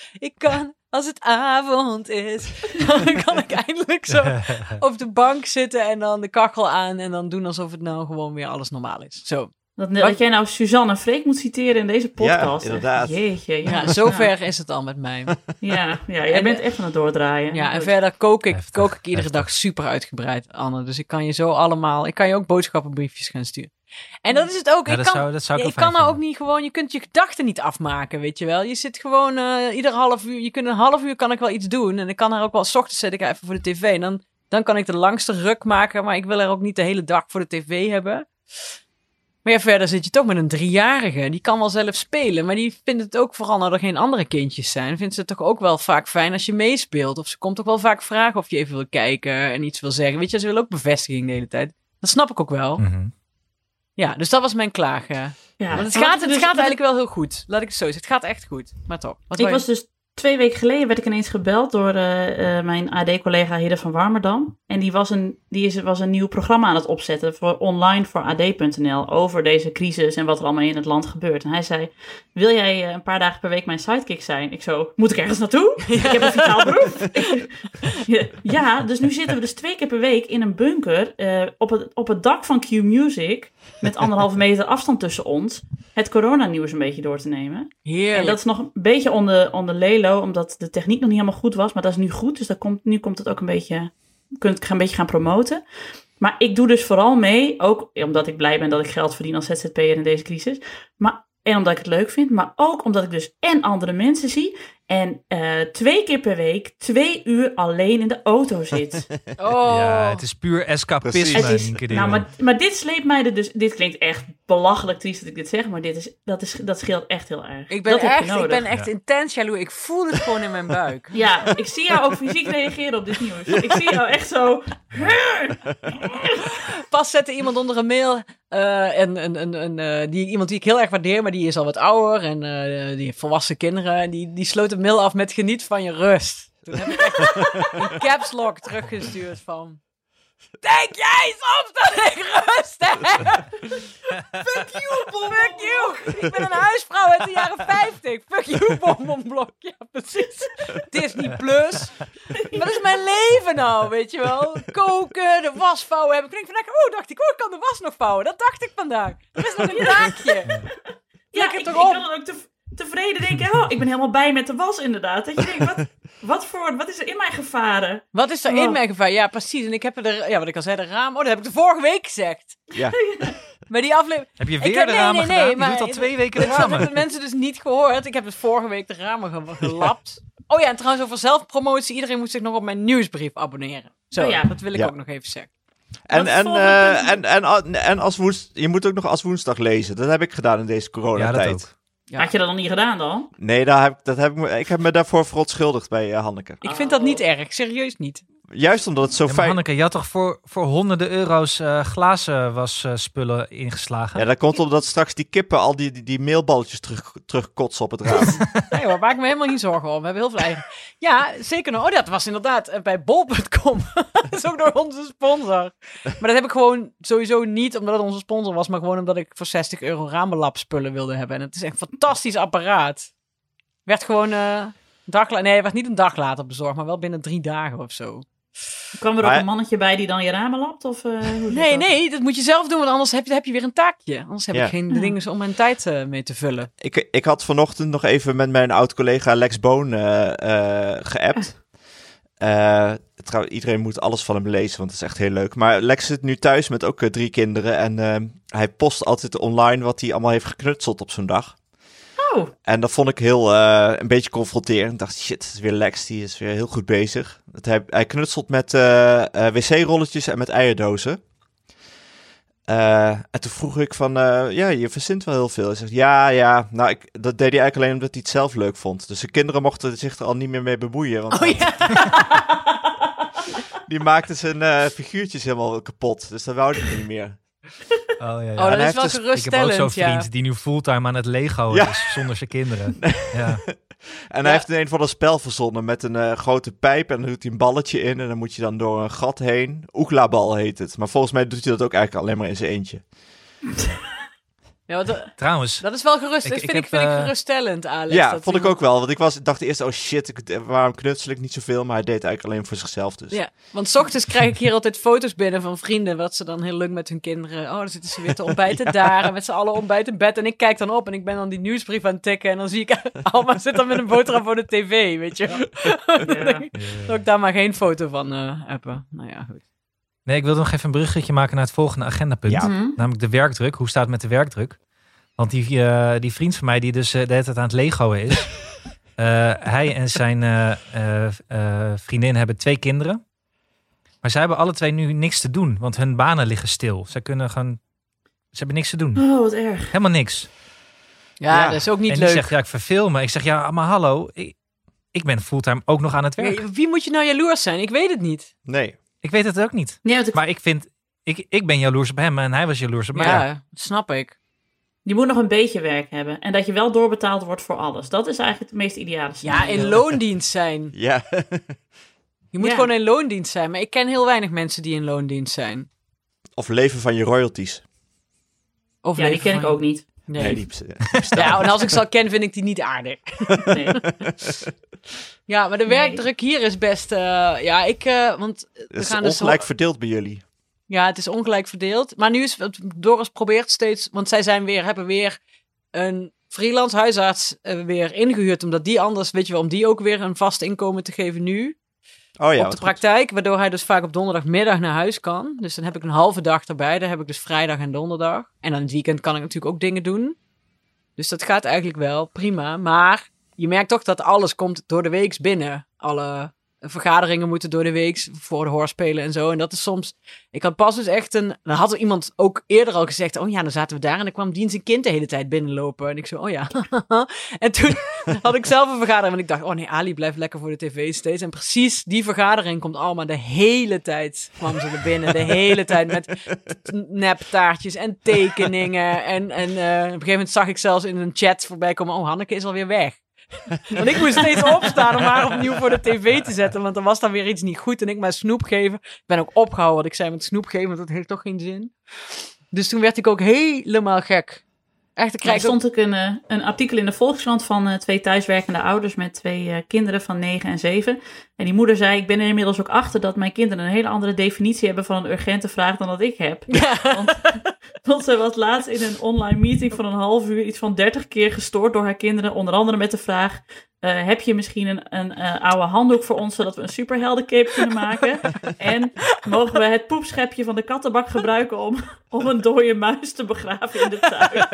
Als het avond is, dan kan ik eindelijk zo op de bank zitten en dan de kachel aan en dan doen alsof het nou gewoon weer alles normaal is. Zo. Dat jij nou Suzanne en Freek moet citeren in deze podcast. Ja, inderdaad. Jeetje. Ja, zover is het al met mij. Ja, jij bent echt aan het doordraaien. Ja, en verder kook ik iedere dag super uitgebreid, Anne. Dus ik kan je ook boodschappenbriefjes gaan sturen. En dat is het ook. Ja, ik kan nou ook niet gewoon, je kunt je gedachten niet afmaken, weet je wel. Je zit gewoon ieder half uur, een half uur kan ik wel iets doen. En ik kan er ook wel, 's ochtends zet ik even voor de tv. En dan kan ik de langste ruk maken, maar ik wil er ook niet de hele dag voor de tv hebben. Maar ja, verder zit je toch met een 3-jarige. Die kan wel zelf spelen, maar die vindt het ook, vooral nou er geen andere kindjes zijn, vindt ze het toch ook wel vaak fijn als je meespeelt. Of ze komt ook wel vaak vragen of je even wil kijken en iets wil zeggen. Weet je, ze wil ook bevestiging de hele tijd. Dat snap ik ook wel. Mm-hmm. Ja, dus dat was mijn klagen. Ja. Want het gaat eigenlijk wel heel goed. Laat ik het zo zeggen. Het gaat echt goed. Maar toch. Ik was dus 2 weken geleden werd ik ineens gebeld door mijn AD-collega Hidde van Warmerdam. En die was een nieuw programma aan het opzetten voor online voor AD.nl over deze crisis en wat er allemaal in het land gebeurt. En hij zei, wil jij een paar dagen per week mijn sidekick zijn? Ik zo, moet ik ergens naartoe? Ik heb een vitaal beroep. Ja, dus nu zitten we dus 2 keer per week in een bunker op het dak van Q-Music met 1,5 meter afstand tussen ons het coronanieuws een beetje door te nemen. Heerlijk. En dat is nog een beetje onder lelo, omdat de techniek nog niet helemaal goed was. Maar dat is nu goed, dus nu komt het ook een beetje... Kunt ik een beetje gaan promoten. Maar ik doe dus vooral mee, ook omdat ik blij ben dat ik geld verdien als ZZP'er in deze crisis. En omdat ik het leuk vind, maar ook omdat ik dus en andere mensen zie. En 2 keer per week 2 uur alleen in de auto zit. Oh. Ja, het is puur escapisme. Maar dit sleept mij er dus... Dit klinkt echt belachelijk triest dat ik dit zeg, maar dat scheelt echt heel erg. Ik ben echt intens jaloers. Ik voel het gewoon in mijn buik. Ja, ik zie jou ook fysiek reageren op dit nieuws. Ik zie jou echt zo... Pas zette iemand onder een mail... iemand die ik heel erg waardeer, maar die is al wat ouder en die heeft volwassen kinderen. En die sloot een mail af met geniet van je rust. Toen heb ik echt een caps lock teruggestuurd van... Denk jij soms dat ik rust heb? Fuck you, Bonbon. Fuck you. Ik ben een huisvrouw uit de jaren 50. Fuck you, Bonbonblok. Ja, precies. Disney Plus. Wat is mijn leven nou, weet je wel? Koken, de was vouwen hebben. Ik denk vandaag, ik kan de was nog vouwen. Dat dacht ik vandaag. Er is nog een taakje. Ja, ik kan dan ook tevreden denken, ik ben helemaal bij met de was inderdaad. Dat je denkt, wat is er in mij gevaren? Wat is er in mij gevaren? Ja, precies. En ik heb wat ik al zei, de raam. Dat heb ik de vorige week gezegd. Ja. Maar die aflevering... Heb je weer de ramen gedaan? Je maar doet al 2 weken de Dat ramen. hebben de mensen dus niet gehoord. Ik heb dus vorige week de ramen gelapt. Oh ja, en trouwens over zelfpromotie. Iedereen moet zich nog op mijn nieuwsbrief abonneren. Zo, dat wil ik ook nog even zeggen. En als je moet ook nog als woensdag lezen. Dat heb ik gedaan in deze coronatijd. Ja, dat ook. Ja. Had je dat nog niet gedaan dan? Nee, ik heb me daarvoor verontschuldigd bij Hanneke. Ik vind dat niet erg, serieus niet. Juist omdat het zo fijn... Hanneke, je had toch voor honderden euro's glazenwasspullen ingeslagen? Ja, dat komt omdat straks die kippen al die meelballetjes terugkotsen op het raam. Nee hoor, maak me helemaal niet zorgen om. We hebben heel veel eigen... Ja, zeker nog. Oh, dat was inderdaad bij bol.com. Dat is ook door onze sponsor. Maar dat heb ik gewoon sowieso niet omdat het onze sponsor was, maar gewoon omdat ik voor €60 ramenlapspullen wilde hebben. En het is echt een fantastisch apparaat. Werd gewoon het werd niet een dag later bezorgd, maar wel binnen 3 dagen of zo. Kwam er ook een mannetje bij die dan je ramen lapt? Of, nee, dat moet je zelf doen, want anders heb je weer een taakje. Anders heb ik geen dingen om mijn tijd mee te vullen. Ik had vanochtend nog even met mijn oud-collega Lex Boon geappt. Iedereen moet alles van hem lezen, want het is echt heel leuk. Maar Lex zit nu thuis met ook 3 kinderen. En hij post altijd online wat hij allemaal heeft geknutseld op zo'n dag. Oh. En dat vond ik heel een beetje confronterend. Ik dacht, shit, het is weer Lex, die is weer heel goed bezig. Hij knutselt met wc-rolletjes en met eierdozen. En toen vroeg ik van, je verzint wel heel veel. Hij zegt, ja, nou, dat deed hij eigenlijk alleen omdat hij het zelf leuk vond. Dus de kinderen mochten zich er al niet meer mee bemoeien. Want die maakten zijn figuurtjes helemaal kapot. Dus dat wou hij niet meer. Oh, ja. Dat is wel dus, geruststellend. Ik heb ook zo'n vriend die nu fulltime aan het Lego is zonder zijn kinderen. Ja. En hij heeft een van een spel verzonnen met een grote pijp. En dan doet hij een balletje in en dan moet je dan door een gat heen. Oeglabal heet het. Maar volgens mij doet hij dat ook eigenlijk alleen maar in zijn eentje. Ja, Trouwens, dat is wel vind ik geruststellend, Alex. Ja, vond ik ook wel. Want ik dacht eerst, oh shit, waarom knutsel ik niet zoveel? Maar hij deed het eigenlijk alleen voor zichzelf dus. Ja, want 's ochtends krijg ik hier altijd foto's binnen van vrienden, wat ze dan heel leuk met hun kinderen. Oh, dan zitten ze weer te ontbijten daar en met z'n allen ontbijten in bed. En ik kijk dan op en ik ben dan die nieuwsbrief aan het tikken. En dan zie ik allemaal zit dan met een boterham voor de tv, weet je. Dan ik daar maar geen foto van appen. Nou ja, goed. Nee, ik wilde nog even een bruggetje maken naar het volgende agendapunt. Ja. Namelijk de werkdruk. Hoe staat het met de werkdruk? Want die vriend van mij die dus de hele tijd aan het Legoen is. Hij en zijn vriendin hebben 2 kinderen. Maar zij hebben alle 2 nu niks te doen. Want hun banen liggen stil. Ze hebben niks te doen. Oh, wat erg. Helemaal niks. Ja, dat is ook niet en leuk. die zegt, ja, ik verveel me. Ik zeg, ja, maar hallo. Ik ben fulltime ook nog aan het werk. Wie moet je nou jaloers zijn? Ik weet het niet. Nee. Ik weet het ook niet. Nee, Maar ik ben jaloers op hem en hij was jaloers op mij. Ja, snap ik. je moet nog een beetje werk hebben. En dat je wel doorbetaald wordt voor alles. Dat is eigenlijk het meest ideale scenario. Ja, in loondienst zijn. Ja. Je moet gewoon in loondienst zijn. Maar ik ken heel weinig mensen die in loondienst zijn. Of leven van je royalties. Of Ja, die ken ik ook niet. Nee. Die bestaan. Ja, en als ik ze al ken, vind ik die niet aardig. Nee. Ja, maar de werkdruk hier is best... want we Het is gaan dus... ongelijk verdeeld bij jullie. Ja, het is ongelijk verdeeld. Maar nu is Doris probeert steeds... Want zij hebben weer een freelance huisarts weer ingehuurd. Omdat die anders, weet je wel, om die ook weer een vast inkomen te geven nu. Oh ja, op de praktijk. Waardoor hij dus vaak op donderdagmiddag naar huis kan. Dus dan heb ik een halve dag erbij. Dan heb ik dus vrijdag en donderdag. En dan het weekend kan ik natuurlijk ook dingen doen. Dus dat gaat eigenlijk wel prima. Maar je merkt toch dat alles komt door de weeks binnen. Alle vergaderingen moeten door de weeks voor de hoorspelen en zo. En dat is soms... Ik had pas dus echt dan had er iemand ook eerder al gezegd... Oh ja, dan zaten we daar en dan kwam Dien zijn kind de hele tijd binnenlopen. En ik zo, oh ja. En toen had ik zelf een vergadering. Want ik dacht, oh nee, Ali blijft lekker voor de tv steeds. En precies die vergadering komt allemaal de hele tijd. Kwam ze er binnen, de hele tijd met neptaartjes en tekeningen. En op een gegeven moment zag ik zelfs in een chat voorbij komen... Oh, Hanneke is alweer weg. Want ik moest steeds opstaan om haar opnieuw voor de tv te zetten. Want er was dan weer iets niet goed. En ik maar snoep geven. Ik ben ook opgehouden wat ik zei met snoep geven. Want dat heeft toch geen zin. Dus toen werd ik ook helemaal gek. Echt, Er stond ook een artikel in de Volkskrant van 2 thuiswerkende ouders met 2 kinderen van 9 en 7. En die moeder zei, ik ben er inmiddels ook achter dat mijn kinderen een hele andere definitie hebben van een urgente vraag dan dat ik heb. Ja. Want ze was laatst in een online meeting van een half uur iets van 30 keer gestoord door haar kinderen. Onder andere met de vraag, heb je misschien een oude handdoek voor ons zodat we een superheldencape kunnen maken? En mogen we het poepschepje van de kattenbak gebruiken om een dode muis te begraven in de tuin?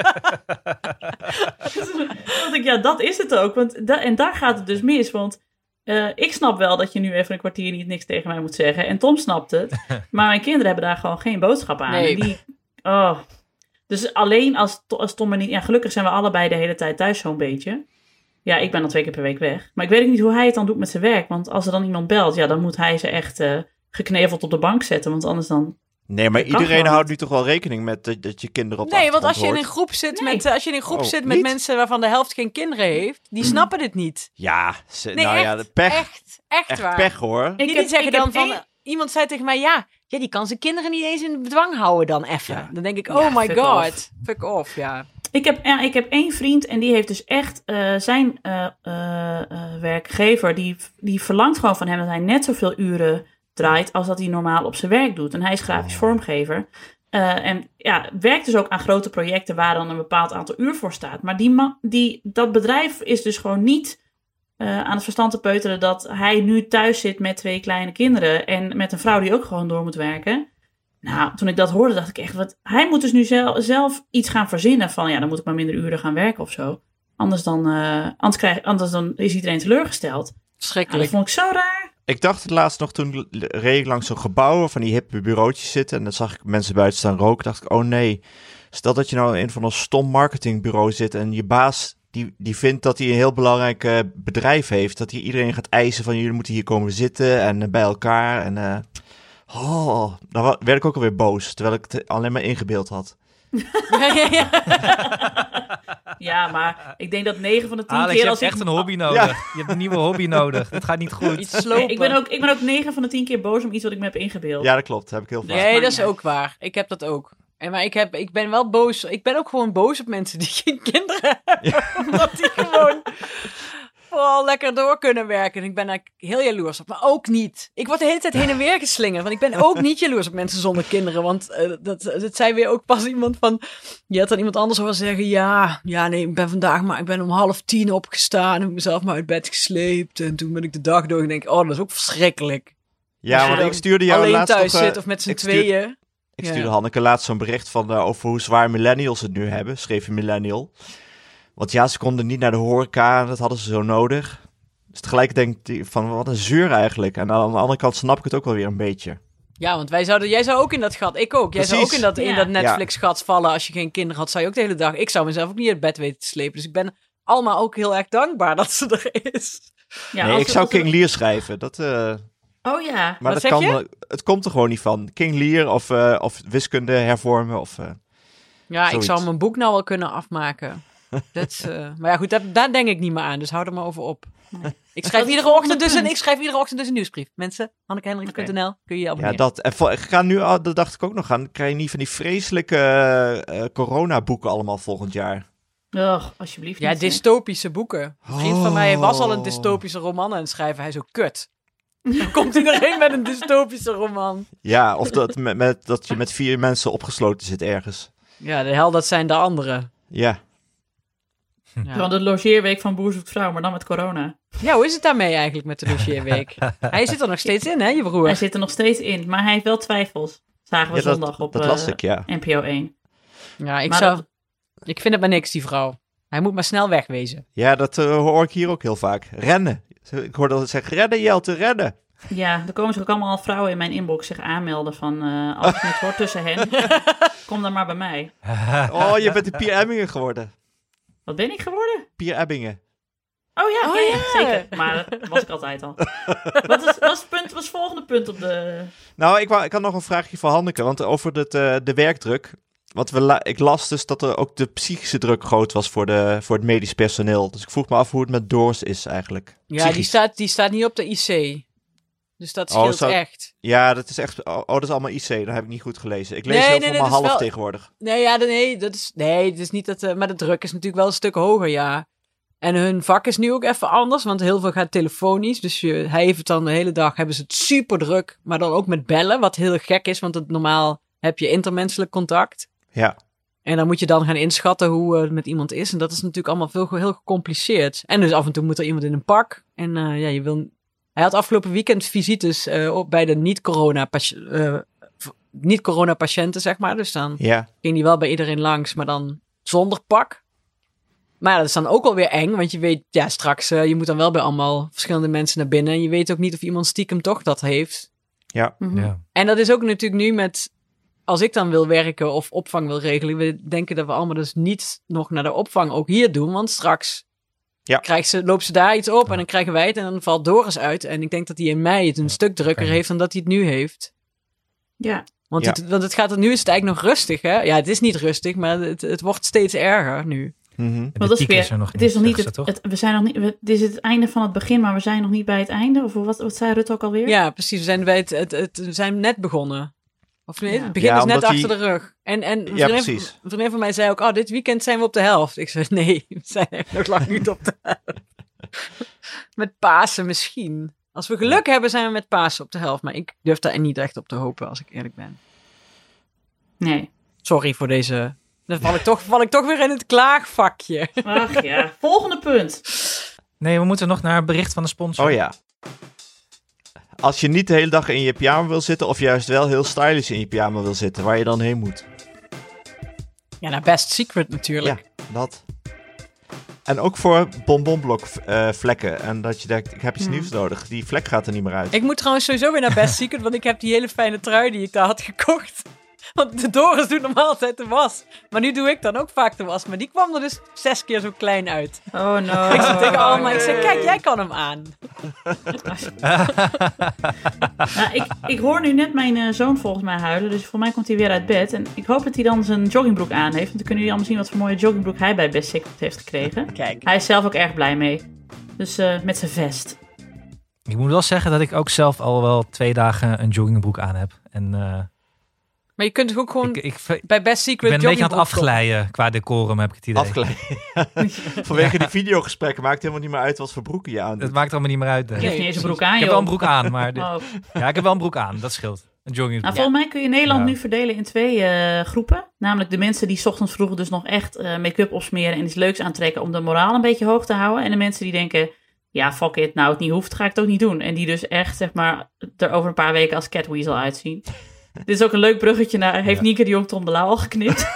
Dus dat is het ook. En daar gaat het dus mis. Want ik snap wel dat je nu even een kwartier niet niks tegen mij moet zeggen. En Tom snapt het. Maar mijn kinderen hebben daar gewoon geen boodschap aan. Nee. Dus alleen als Tom en niet... Ja, gelukkig zijn we allebei de hele tijd thuis zo'n beetje. Ja, ik ben dan 2 keer per week weg. Maar ik weet ook niet hoe hij het dan doet met zijn werk. Want als er dan iemand belt, ja, dan moet hij ze echt gekneveld op de bank zetten. Want anders dan... Nee, maar iedereen houdt nu toch wel rekening met dat je kinderen op de Nee, want als achtergrond je in een groep zit Nee. met niet? mensen waarvan de helft geen kinderen heeft, die snappen dit niet. Ja, Nee, echt, de pech. echt waar. Pech hoor. Die zeggen dan van... Iemand zei tegen mij, ja, die kan zijn kinderen niet eens in bedwang houden dan even. Ja. Dan denk ik, Ja, oh my fuck god. off. Fuck off, ja. Ik heb 1 vriend en die heeft dus echt zijn werkgever, die verlangt gewoon van hem dat hij net zoveel uren draait als dat hij normaal op zijn werk doet. En hij is grafisch vormgever. En ja, werkt dus ook aan grote projecten waar dan een bepaald aantal uur voor staat. Maar dat bedrijf is dus gewoon niet aan het verstand te peuteren dat hij nu thuis zit met 2 kleine kinderen en met een vrouw die ook gewoon door moet werken. Nou, toen ik dat hoorde, dacht ik echt, hij moet dus nu zelf iets gaan verzinnen van, ja, dan moet ik maar minder uren gaan werken of zo. Anders dan is iedereen teleurgesteld. Schrikkelijk. Dat vond ik zo raar. Ik dacht het laatst nog, toen reed ik langs zo'n gebouw van die hippe bureautjes zitten. En dan zag ik mensen buiten staan roken. Dacht ik, oh nee. Stel dat je nou in een van een stom marketingbureau zit en je baas die vindt dat hij een heel belangrijk bedrijf heeft. Dat hij iedereen gaat eisen van jullie moeten hier komen zitten en bij elkaar. En dan werd ik ook alweer boos, terwijl ik het alleen maar ingebeeld had. Ja, maar ik denk dat 9 van de 10 Alex, keer je als hebt echt ik... een hobby nodig. Ja. Je hebt een nieuwe hobby nodig. Dit gaat niet goed. Iets slopen. Ik ben ook 9 van de 10 keer boos om iets wat ik me heb ingebeeld. Ja, dat klopt. Dat heb ik heel vaak. Nee, dat is ook waar. Ik heb dat ook. Maar ik ben wel boos. Ik ben ook gewoon boos op mensen die geen kinderen hebben. Omdat die gewoon vooral lekker door kunnen werken. En ik ben daar heel jaloers op. Maar ook niet. Ik word de hele tijd heen en weer geslingerd. Want ik ben ook niet jaloers op mensen zonder kinderen. Want dat zei weer ook pas iemand van... Je had dan iemand anders horen zeggen... Ja, nee, ik ben om 9:30 opgestaan. En heb mezelf maar uit bed gesleept. En toen ben ik de dag door en denk... Oh, dat is ook verschrikkelijk. Ja, want ik stuurde jou alleen laatst thuis nog, zit of met z'n tweeën. Ik stuurde Hanneke laatst zo'n bericht van over hoe zwaar millennials het nu hebben. Schreef een millennial. Want ja, ze konden niet naar de horeca. Dat hadden ze zo nodig. Dus tegelijk denk ik van wat een zeur eigenlijk. En aan de andere kant snap ik het ook wel weer een beetje. Ja, want jij zou ook in dat gat. Ik ook. Jij zou ook Precies. in dat Netflix-gat vallen als je geen kinderen had. Zou je ook de hele dag. Ik zou mezelf ook niet uit bed weten te slepen. Dus ik ben allemaal ook heel erg dankbaar dat ze er is. Ja, nee, ik zou King Lear schrijven. Dat... Oh ja. Maar Wat dat zeg je? Het komt er gewoon niet van. King Lear of wiskunde hervormen of... Ja, ik zoiets. zou mijn boek nou wel kunnen afmaken. Maar ja, goed, daar denk ik niet meer aan. Dus hou er maar over op. Nee. Ik schrijf iedere ochtend dus een nieuwsbrief. Mensen, HannekeHendricks.nl, kun je je abonneren. Ja, dat. En ik ga nu, dat dacht ik ook nog aan. Krijg je niet van die vreselijke coronaboeken allemaal volgend jaar? Och, alsjeblieft Ja, niet, hè. dystopische boeken. Een vriend van mij was al een dystopische roman aan het schrijven. Hij is ook kut. Dan komt iedereen met een dystopische roman. Ja, of dat, dat je met 4 mensen opgesloten zit ergens. Ja, de hel, dat zijn de anderen. Ja. Van de logeerweek van Boer zoekt vrouw, maar dan met corona. Ja, hoe is het daarmee eigenlijk met de logeerweek? Hij zit er nog steeds in, hè, je broer? Hij zit er nog steeds in, maar hij heeft wel twijfels. Zagen we zondag op dat las ik, ja. NPO 1. Ja, Maar ik vind het maar niks, die vrouw. Hij moet maar snel wegwezen. Ja, dat hoor ik hier ook heel vaak. Rennen. Ik hoorde altijd zeggen, redden Jelte, rennen. Ja, er komen zich ook allemaal vrouwen in mijn inbox zich aanmelden van... als het niks wordt tussen hen, kom dan maar bij mij. Oh, je bent een Pier Ebbingen geworden. Wat ben ik geworden? Pier Ebbingen. Oh ja, Oh ja, ja. zeker. Maar dat was ik altijd al. Wat is het volgende punt op de... Nou, ik had nog een vraagje voor Hanneke. Want over de werkdruk. Want ik las dus dat er ook de psychische druk groot was voor het medisch personeel. Dus ik vroeg me af hoe het met Doors is eigenlijk. Ja, die staat niet op de IC. Dus dat scheelt echt. Ja, dat is echt... dat is allemaal IC. Dat heb ik niet goed gelezen. Ik lees heel veel maar half tegenwoordig. Het is niet dat... maar de druk is natuurlijk wel een stuk hoger, ja. En hun vak is nu ook even anders, want heel veel gaat telefonisch. Dus hij heeft het dan de hele dag, hebben ze het super druk. Maar dan ook met bellen, wat heel gek is, want normaal heb je intermenselijk contact. Ja. En dan moet je dan gaan inschatten hoe het met iemand is. En dat is natuurlijk allemaal heel gecompliceerd. En dus af en toe moet er iemand in een pak. En hij had afgelopen weekend visites bij de niet-corona-patiënten, zeg maar. Dus dan ging hij wel bij iedereen langs, maar dan zonder pak. Maar ja, dat is dan ook alweer eng, want je weet, ja, straks, je moet dan wel bij allemaal verschillende mensen naar binnen. En je weet ook niet of iemand stiekem toch dat heeft. Ja. Mm-hmm. Ja. En dat is ook natuurlijk nu met, als ik dan wil werken of opvang wil regelen, we denken dat we allemaal dus niet nog naar de opvang ook hier doen, want straks loopt ze daar iets op en dan krijgen wij het en dan valt Doris uit. En ik denk dat hij in mei het een stuk drukker heeft dan dat hij het nu heeft. Ja. Want het gaat er nu, is het eigenlijk nog rustig, hè? Ja, het is niet rustig, maar het wordt steeds erger nu. Mm-hmm. Want dat is weer, het is nog niet we zijn nog niet, het is het einde van het begin, maar we zijn nog niet bij het einde. Of wat zei Rutte ook alweer? Ja, precies. We zijn bij we zijn net begonnen. Of nee, het begin is net achter de rug. En een vriendin van mij zei ook, dit weekend zijn we op de helft. Ik zei, nee, we zijn echt nog lang niet op de helft. Met Pasen misschien. Als we geluk hebben, zijn we met Pasen op de helft. Maar ik durf daar niet echt op te hopen, als ik eerlijk ben. Nee. Sorry voor deze... Dan val ik toch weer in het klaagvakje. Ach ja, volgende punt. Nee, we moeten nog naar het bericht van de sponsor. Oh ja. Als je niet de hele dag in je pyjama wil zitten, of juist wel heel stylish in je pyjama wil zitten, waar je dan heen moet. Ja, naar Best Secret natuurlijk. Ja, dat. En ook voor bonbonblok vlekken. En dat je denkt, ik heb iets nieuws nodig. Die vlek gaat er niet meer uit. Ik moet trouwens sowieso weer naar Best Secret, want ik heb die hele fijne trui die ik daar had gekocht. Want de Doris doet normaal altijd de was. Maar nu doe ik dan ook vaak de was. Maar die kwam er dus 6 keer zo klein uit. Oh no. Ik zei tegen Alma, ik zei, kijk, jij kan hem aan. Nou, ik hoor nu net mijn zoon volgens mij huilen. Dus voor mij komt hij weer uit bed. En ik hoop dat hij dan zijn joggingbroek aan heeft. Want dan kunnen jullie allemaal zien wat voor mooie joggingbroek hij bij Best Secret heeft gekregen. Kijk. Hij is zelf ook erg blij mee. Dus met zijn vest. Ik moet wel zeggen dat ik ook zelf al wel 2 dagen een joggingbroek aan heb. En Maar je kunt toch ook gewoon ik bij Best Secret ben een beetje aan het joggingbroek afglijden qua decorum, heb ik het idee. Afgeleid. Vanwege die videogesprekken maakt het helemaal niet meer uit wat voor broeken je aan Het doet. maakt allemaal niet meer uit. Je hebt niet eens een broek aan, Ik heb joh. wel een broek aan, maar... Oh. Ja, ik heb wel een broek aan, dat scheelt. Een joggingbroek. Nou, volgens mij kun je Nederland Ja. nu verdelen in 2 groepen. Namelijk de mensen die 's ochtends vroeg dus nog echt make-up opsmeren en iets leuks aantrekken om de moraal een beetje hoog te houden. En de mensen die denken, ja, fuck it, nou het niet hoeft, ga ik het ook niet doen. En die dus echt, zeg maar, er over een paar weken als Catweasel uitzien. Dit is ook een leuk bruggetje naar, heeft Nieke de Jong Tom de Lauw al geknipt?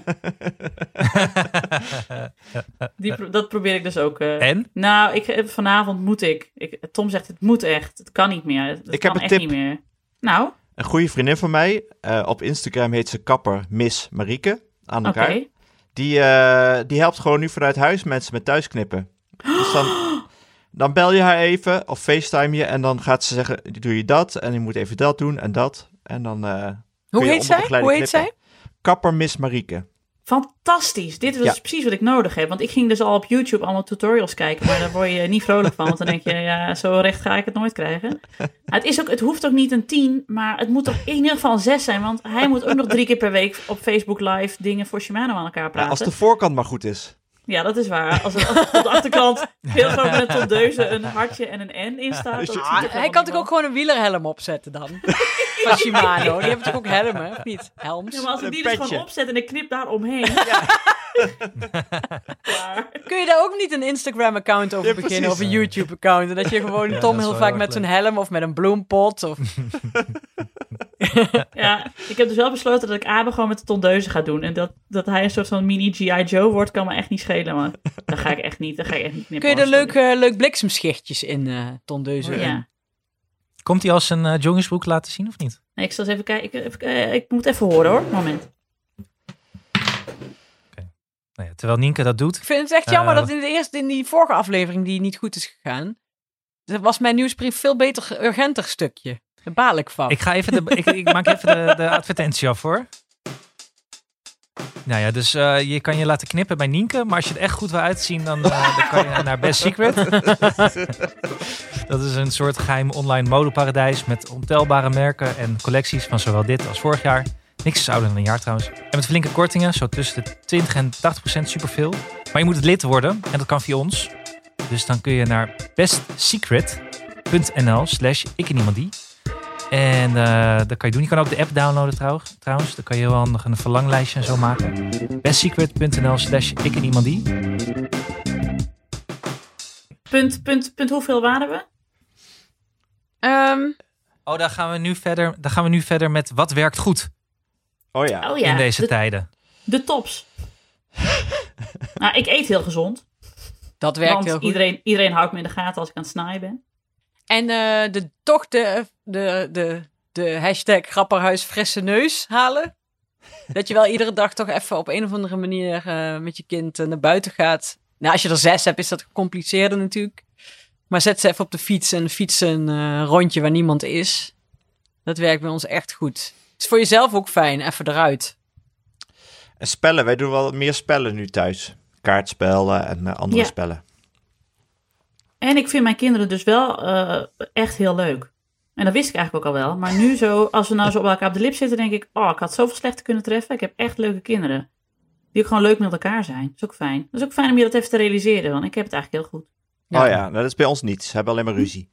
Dat probeer ik dus ook. En? Nou, vanavond moet ik. Tom zegt, het moet echt. Het kan niet meer. Het Ik kan heb een echt tip. niet meer. Nou, Een goede vriendin van mij, op Instagram heet ze kapper Miss Marieke, aan oké. elkaar. Die helpt gewoon nu vanuit huis mensen met thuisknippen. Dus dan bel je haar even of FaceTime je en dan gaat ze zeggen, doe je dat en je moet even dat doen en dat. En dan kun Hoe je heet onder zij? begeleiding Hoe heet knippen. zij? Kapper Miss Marieke. Fantastisch. Dit was Ja. precies wat ik nodig heb. Want ik ging dus al op YouTube allemaal tutorials kijken. Maar daar word je niet vrolijk van. Want dan denk je, ja, zo recht ga ik het nooit krijgen. Het hoeft ook niet een 10. Maar het moet toch in ieder geval een 6 zijn. Want hij moet ook nog 3 keer per week op Facebook Live dingen voor Shimano aan elkaar Ja, praten. als de voorkant maar goed is. Ja, dat is waar. Als er op de achterkant heel groot met een tondeuze een hartje en een N in staat. Dus dat je- ziet er Hij helemaal kan toch ook niemand. gewoon een wielerhelm opzetten dan? Van Shimano. Die hebben toch ook helmen, of niet? Helms. Ja, maar als ik Een die dus petje. gewoon opzet en ik knip daar omheen. Klaar. Kun je daar ook niet een Instagram-account over Ja, beginnen? Of precies. een YouTube-account? En dat je gewoon Ja, Tom dat is heel wel vaak heel met erg zijn helm of met een bloempot. Of... Ja, ik heb dus wel besloten dat ik Abe gewoon met de tondeuze ga doen. En dat hij een soort van mini G.I. Joe wordt, kan me echt niet schelen. Maar dat ga ik echt niet knippen. Kun je er hoor, leuk bliksemschichtjes in tondeuzen? sorry. Ja. Komt hij als een joggingsbroek laten zien of niet? Nee, ik zal eens even kijken. Ik moet even horen hoor. Moment. Nou ja, terwijl Nienke dat doet. Ik vind het echt jammer Eh, dat in die vorige aflevering die niet goed is gegaan. Dat was mijn nieuwsbrief veel beter, urgenter stukje. Daar baal ik van. Ik ga even ik maak even de advertentie af hoor. Nou ja, dus je kan je laten knippen bij Nienke. Maar als je er echt goed wil uitzien, dan kan je naar Best Secret. Dat is een soort geheim online modeparadijs met ontelbare merken en collecties van zowel dit als vorig jaar. Niks is ouder dan een jaar trouwens. En met flinke kortingen, zo tussen de 20 en 80%, superveel. Maar je moet het lid worden en dat kan via ons. Dus dan kun je naar bestsecret.nl/ikeniemandie. En dat kan je doen. Je kan ook de app downloaden trouwens. Dan kan je heel handig een verlanglijstje en zo maken. bestsecret.nl/ikeniemandie. Punt hoeveel waren we? Oh, daar gaan we nu verder met wat werkt goed Oh ja. Oh ja, in deze tijden. de tops. Nou, ik eet heel gezond. Dat werkt Want heel goed. iedereen houdt me in de gaten als ik aan het snijden ben. En de hashtag grapperhuis frisse neus halen. Dat je wel iedere dag toch even op een of andere manier met je kind naar buiten gaat. Nou, als je er 6 hebt, is dat gecompliceerder natuurlijk. Maar zet ze even op de fiets en fiets een rondje waar niemand is. Dat werkt bij ons echt goed. Het is voor jezelf ook fijn, even eruit. En spellen, wij doen wel meer spellen nu thuis. Kaartspellen en andere Ja. spellen. En ik vind mijn kinderen dus wel echt heel leuk. En dat wist ik eigenlijk ook al wel. Maar nu zo, als we nou zo op elkaar op de lip zitten, denk ik... Oh, ik had zoveel slechter kunnen treffen. Ik heb echt leuke kinderen. Die ook gewoon leuk met elkaar zijn. Dat is ook fijn. Dat is ook fijn om je dat even te realiseren. Want ik heb het eigenlijk heel goed. Oh ja, nou, dat is bij ons niet. Ze hebben alleen maar ruzie.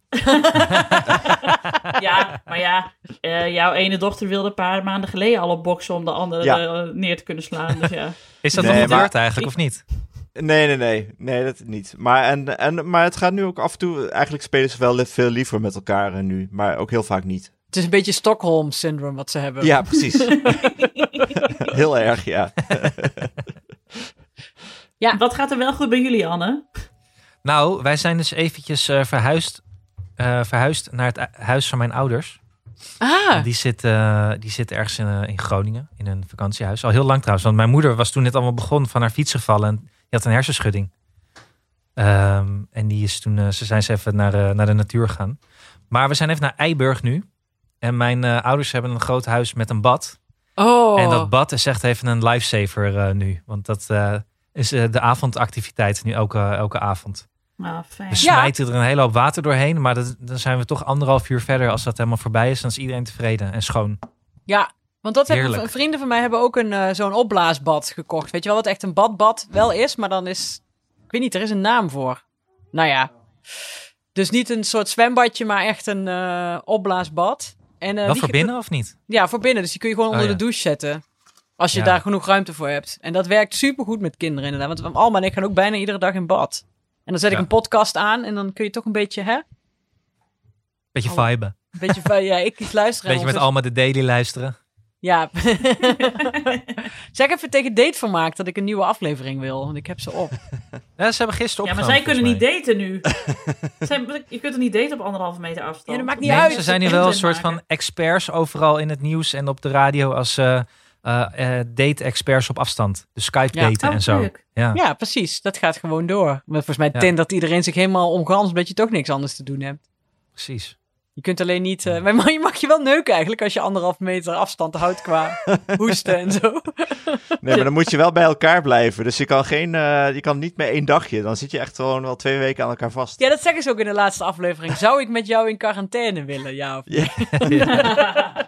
Ja, maar ja, jouw ene dochter wilde een paar maanden geleden al op boksen om de andere Ja. neer te kunnen slaan. Dus ja. Is dat Nee, nog maar- gebeurd eigenlijk of niet? Nee, dat niet. Maar het gaat nu ook af en toe... Eigenlijk spelen ze wel veel liever met elkaar nu. Maar ook heel vaak niet. Het is een beetje Stockholm-syndroom wat ze hebben. Ja, precies. Heel erg, ja. Ja. Wat gaat er wel goed bij jullie, Anne? Nou, wij zijn dus eventjes verhuisd naar het huis van mijn ouders. Ah, Die zit ergens in Groningen, in een vakantiehuis. Al heel lang trouwens, want mijn moeder was toen net allemaal begonnen van haar fiets gevallen. En die had een hersenschudding. En die is toen, ze even naar de natuur gegaan. Maar we zijn even naar Eiburg nu. En mijn ouders hebben een groot huis met een bad. oh. En dat bad is echt even een lifesaver nu. Want dat is de avondactiviteit nu elke avond. Ah, fijn. We Ja. smijten er een hele hoop water doorheen. Maar dan zijn we toch 1,5 uur verder. Als dat helemaal voorbij is, dan is iedereen tevreden en schoon. Ja, want dat hebben Heerlijk. vrienden van mij hebben ook zo'n opblaasbad gekocht. Weet je wel wat echt een badbad wel is, maar dan is... Ik weet niet, er is een naam voor. Nou ja. Dus niet een soort zwembadje, maar echt een opblaasbad. En, Wel die voor binnen of niet? Ja, voor binnen. Dus die kun je gewoon onder ja. de douche zetten. Als je Ja. daar genoeg ruimte voor hebt. En dat werkt supergoed met kinderen inderdaad. Want Alma en ik gaan ook bijna iedere dag in bad. En dan zet ik Ja. een podcast aan en dan kun je toch een beetje, hè? Beetje Oh. viben. Een beetje van, ja, ik iets luisteren. Beetje met en Alma de Daily luisteren. Ja. Zeg even tegen Datevermaak dat ik een nieuwe aflevering wil. Want ik heb ze op. Ja, ze hebben gisteren Ja, maar opgenomen, zij kunnen niet volgens daten nu. Je kunt er niet daten op 1,5 meter afstand. Ja, dat maakt mij. niet Nee, uit. ze zijn nu wel een Content soort van maken. experts overal in het nieuws en op de radio als date-experts op afstand. Dus Skype Ja. daten Oh, en zo. leuk. Ja. Ja, precies. Dat gaat gewoon door. Maar volgens mij Ja. tindert iedereen zich helemaal omgans omdat je toch niks anders te doen hebt. Precies. Je kunt alleen niet... maar je mag je wel neuken eigenlijk als je 1,5 meter afstand houdt qua hoesten en zo. Nee, maar dan moet je wel bij elkaar blijven. Dus je kan niet meer 1 dagje. Dan zit je echt gewoon wel 2 weken aan elkaar vast. Ja, dat zeggen ze ook in de laatste aflevering. Zou ik met jou in quarantaine willen? Ja of nee? Ja.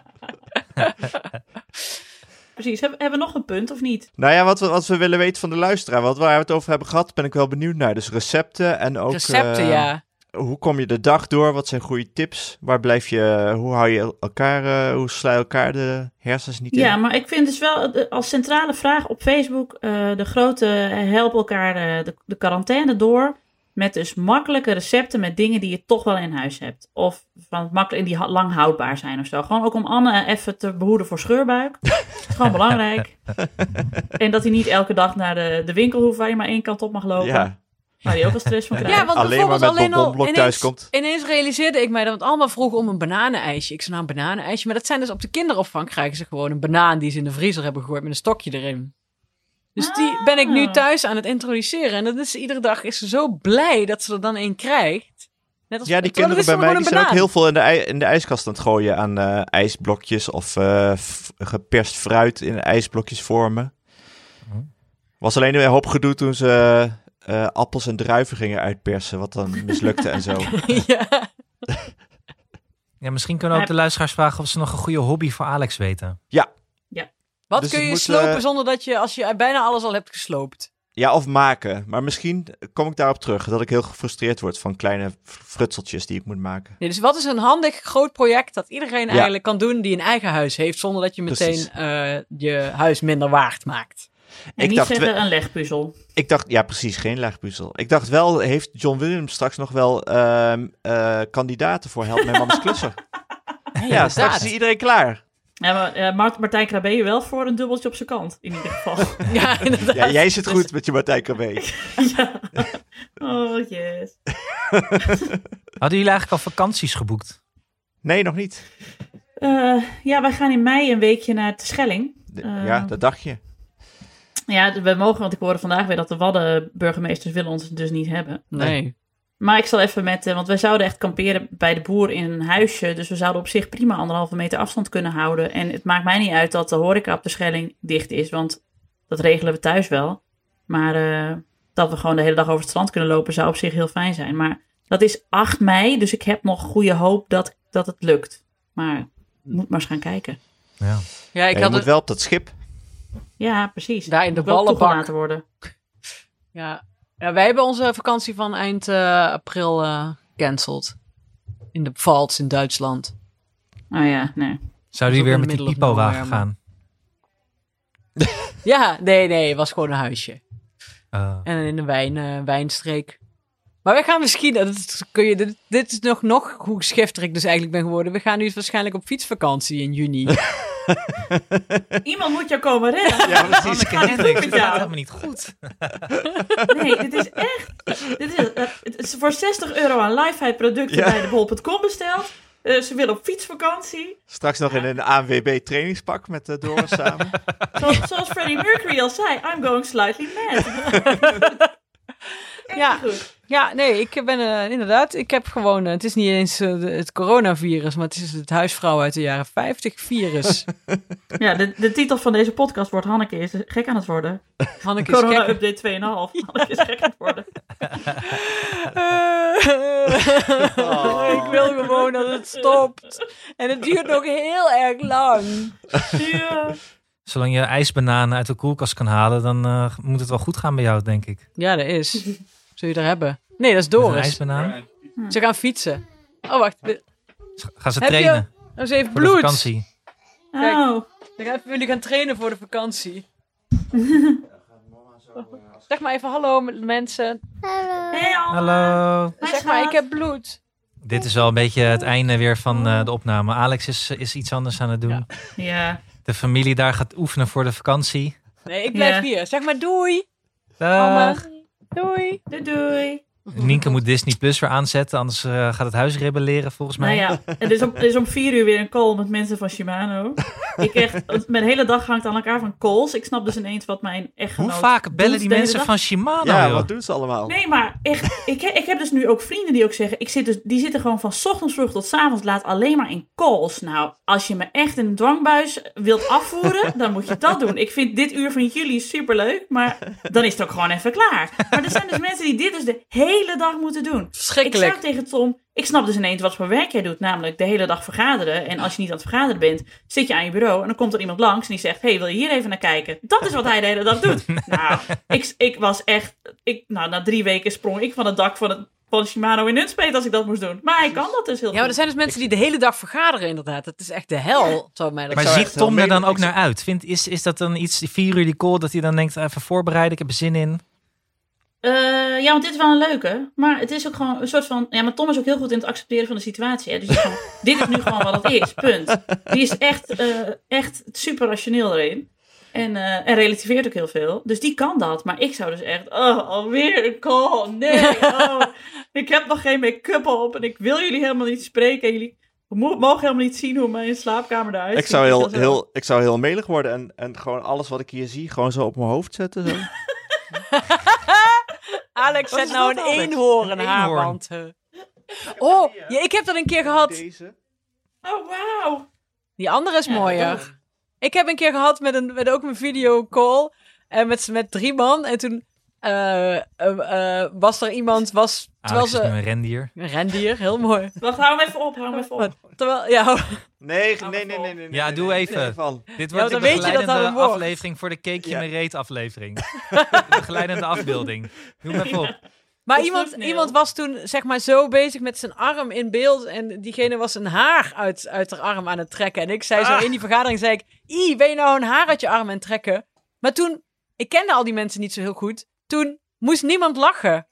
Precies. Hebben we nog een punt of niet? Nou ja, wat we willen weten van de luisteraar. Wat waar we het over hebben gehad, ben ik wel benieuwd naar. Dus recepten en ook... Recepten, ja. Hoe kom je de dag door? Wat zijn goede tips? Hoe hou je elkaar, hoe sla je elkaar de hersens niet in? Ja, maar ik vind dus wel als centrale vraag op Facebook de grote help elkaar de quarantaine door. Met dus makkelijke recepten met dingen die je toch wel in huis hebt. Of van makkelijk die lang houdbaar zijn of zo. Gewoon ook om Anne even te behoeden voor scheurbuik. Dat is gewoon belangrijk. En dat hij niet elke dag naar de winkel hoeft waar je maar 1 kant op mag lopen. Ja. Waar hij ook wel stress van krijgt. Ja, want Alleen maar bijvoorbeeld met alleen al bonbonblok thuis komt. ineens realiseerde ik mij dat het allemaal vroeg om een bananenijsje. Ik zei nou een bananenijsje, maar dat zijn dus op de kinderopvang krijgen ze gewoon een banaan die ze in de vriezer hebben gegooid met een stokje erin. Dus die ben ik nu thuis aan het introduceren. En dat is iedere dag is ze zo blij dat ze er dan 1 krijgt. Net als, Ja, die terwijl kinderen er bij is mij er die gewoon zijn ook een heel veel in de ijskast aan het gooien aan ijsblokjes of geperst fruit in ijsblokjes vormen. Was alleen een hoop gedoe toen ze appels en druiven gingen uitpersen, wat dan mislukte en zo. banaan. Ja. Ja, misschien kunnen we ook de luisteraars vragen of ze nog een goede hobby voor Alex weten. Wat Dus kun het je moet, slopen zonder dat je, als je bijna alles al hebt gesloopt? Ja, of maken. Maar misschien kom ik daarop terug, dat ik heel gefrustreerd word van kleine frutseltjes die ik moet maken. Nee, dus wat is een handig groot project dat iedereen Ja. eigenlijk kan doen die een eigen huis heeft, zonder dat je meteen Precies. je huis minder waard maakt? En Ik niet dacht zeggen een legpuzzel. Ik dacht, ja precies, geen legpuzzel. Ik dacht wel, heeft John Williams straks nog wel kandidaten voor Help Mijn Mams Klusser? Ja, straks is iedereen klaar. Ja, maar Martijn Krabbe je wel voor een dubbeltje op zijn kant, in ieder geval. Ja, inderdaad. Ja, jij zit goed met je Martijn Krabbe. Ja. Oh, yes. Hadden jullie eigenlijk al vakanties geboekt? Nee, nog niet. Ja, wij gaan in mei een weekje naar Terschelling. Ja, dat dacht je. Ja, we mogen, want ik hoorde vandaag weer dat de Waddenburgemeesters willen ons dus niet hebben. Nee. Maar ik zal even want wij zouden echt kamperen bij de boer in een huisje. Dus we zouden op zich prima 1,5 meter afstand kunnen houden. En het maakt mij niet uit dat de horeca op de Schelling dicht is. Want dat regelen we thuis wel. Maar dat we gewoon de hele dag over het strand kunnen lopen zou op zich heel fijn zijn. Maar dat is 8 mei, dus ik heb nog goede hoop dat het lukt. Maar moet maar eens gaan kijken. Ja. Ja, ik je had moet het... wel op dat schip. Ja, precies. Daar in de Moet wel ballenbak. toegelaten worden. Ja. Ja, wij hebben onze vakantie van eind april gecanceld. In de Pfalz in Duitsland. Oh ja, nee. Zouden ook jullie weer in met the die middle of pipo-wagen nowhere, gaan? Ja, nee, het was gewoon een huisje. En in een wijnstreek. Maar we gaan misschien... Dit is nog hoe schifterig dus eigenlijk ben geworden. We gaan nu waarschijnlijk op fietsvakantie in juni. Iemand moet jou komen redden. Ja, precies. Anneke Hendricks, dat gaat helemaal niet goed. Nee, dit is echt... Het is voor €60 aan Lifehack producten bij de bol.com besteld. Ze willen op fietsvakantie. Straks nog in een ANWB trainingspak met Doris samen. Zoals Freddie Mercury al zei, I'm going slightly mad. Ja. Ja, nee, ik ben inderdaad... Ik heb gewoon... het is niet eens het coronavirus, maar het is het huisvrouw uit de jaren 50 virus. Ja, de titel van deze podcast wordt Hanneke is gek aan het worden. Hanneke is Corona gek. Update 2,5. Hanneke is gek aan het worden. Ik wil gewoon dat het stopt. En het duurt nog heel erg lang. Ja. Zolang je ijsbananen uit de koelkast kan halen, dan moet het wel goed gaan bij jou, denk ik. Ja, dat is. Zul je er hebben? Nee, dat is Met een Doris. ijsbanaan. Ze gaan fietsen. Oh, wacht. Gaan ze Heb je- trainen Oh, ze heeft voor de bloed. vakantie. Kijk. Oh. Dan gaan jullie gaan trainen voor de vakantie. Zeg maar even hallo mensen. Hey, Anne. Hallo. Zeg maar, ik heb bloed. Dit is wel een beetje het einde weer van de opname. Alex is iets anders aan het doen. Ja. De familie daar gaat oefenen voor de vakantie. Nee, ik blijf Ja. hier. Zeg maar doei. Dag. Mama. Doei. Doei. Nienke moet Disney Plus weer aanzetten, anders gaat het huis rebelleren volgens mij. Nou ja, er is om 4 uur weer een call met mensen van Shimano. Mijn hele dag hangt aan elkaar van calls. Ik snap dus ineens wat mijn echtgenoot Hoe vaak bellen doet die de hele mensen dag. van Shimano, Ja, joh? wat doen ze allemaal? Nee, maar echt, ik heb dus nu ook vrienden die ook zeggen, die zitten gewoon van 's ochtends vroeg tot 's avonds laat alleen maar in calls. Nou, als je me echt in een dwangbuis wilt afvoeren, dan moet je dat doen. Ik vind dit uur van jullie superleuk, maar dan is het ook gewoon even klaar. Maar er zijn dus mensen die dit dus de hele dag moeten doen. Ik Verschrikkelijk. zei tegen Tom, ik snap dus ineens wat voor werk jij doet, namelijk de hele dag vergaderen. En als je niet aan het vergaderen bent, zit je aan je bureau en dan komt er iemand langs en die zegt, hey, wil je hier even naar kijken? Dat is wat hij de hele dag doet. Nou, ik was echt, na 3 weken sprong ik van het dak van Shimano in Nunspeet als ik dat moest doen. Maar hij kan dat dus heel Ja, maar er goed. zijn dus mensen die de hele dag vergaderen inderdaad. Dat is echt de hel, zou mij dat Maar zeggen. ziet Tom er dan ook heel naar uit? Is dat dan iets, die 4 uur die call, dat hij dan denkt, even voorbereiden, ik heb er zin in? Ja, want dit is wel een leuke. Maar het is ook gewoon een soort van... Ja, maar Tom is ook heel goed in het accepteren van de situatie. Hè? Dus dit is nu gewoon wat het is. Punt. Die is echt super rationeel erin. En relativeert ook heel veel. Dus die kan dat. Maar ik zou dus echt... Oh, alweer een call. Nee. Oh, ik heb nog geen make-up op. En ik wil jullie helemaal niet spreken. Jullie mogen helemaal niet zien hoe mijn slaapkamer eruit ziet. Ik zou heel melig worden en gewoon alles wat ik hier zie, gewoon zo op mijn hoofd zetten. Zo. Alex Wat zet is nou dat, een Alex? eenhoorn Een haarband. Oh, ja, ik heb dat een keer gehad. Deze. Oh, wauw. Die andere is Ja, mooier. dat ook. Ik heb een keer gehad met ook een videocall. En met 3 man. En toen was er iemand... Terwijl Alex is nu ze... een rendier. Een rendier, heel mooi. Wacht, hou hem even op. Terwijl... Ja, Nee. Ja, doe even. Van. Dit Ja, wordt dan de weet je dat dat begeleidende een woord. aflevering voor de Cake Je Ja. Me Reet aflevering. De begeleidende afbeelding. Doe hem even op. maar Dat is ook nieuw. iemand was toen zeg maar zo bezig met zijn arm in beeld. En diegene was een haar uit haar arm aan het trekken. En ik zei zo in die vergadering, zei ik... ben je nou een haar uit je arm aan het trekken? Maar toen... Ik kende al die mensen niet zo heel goed. Toen moest niemand lachen.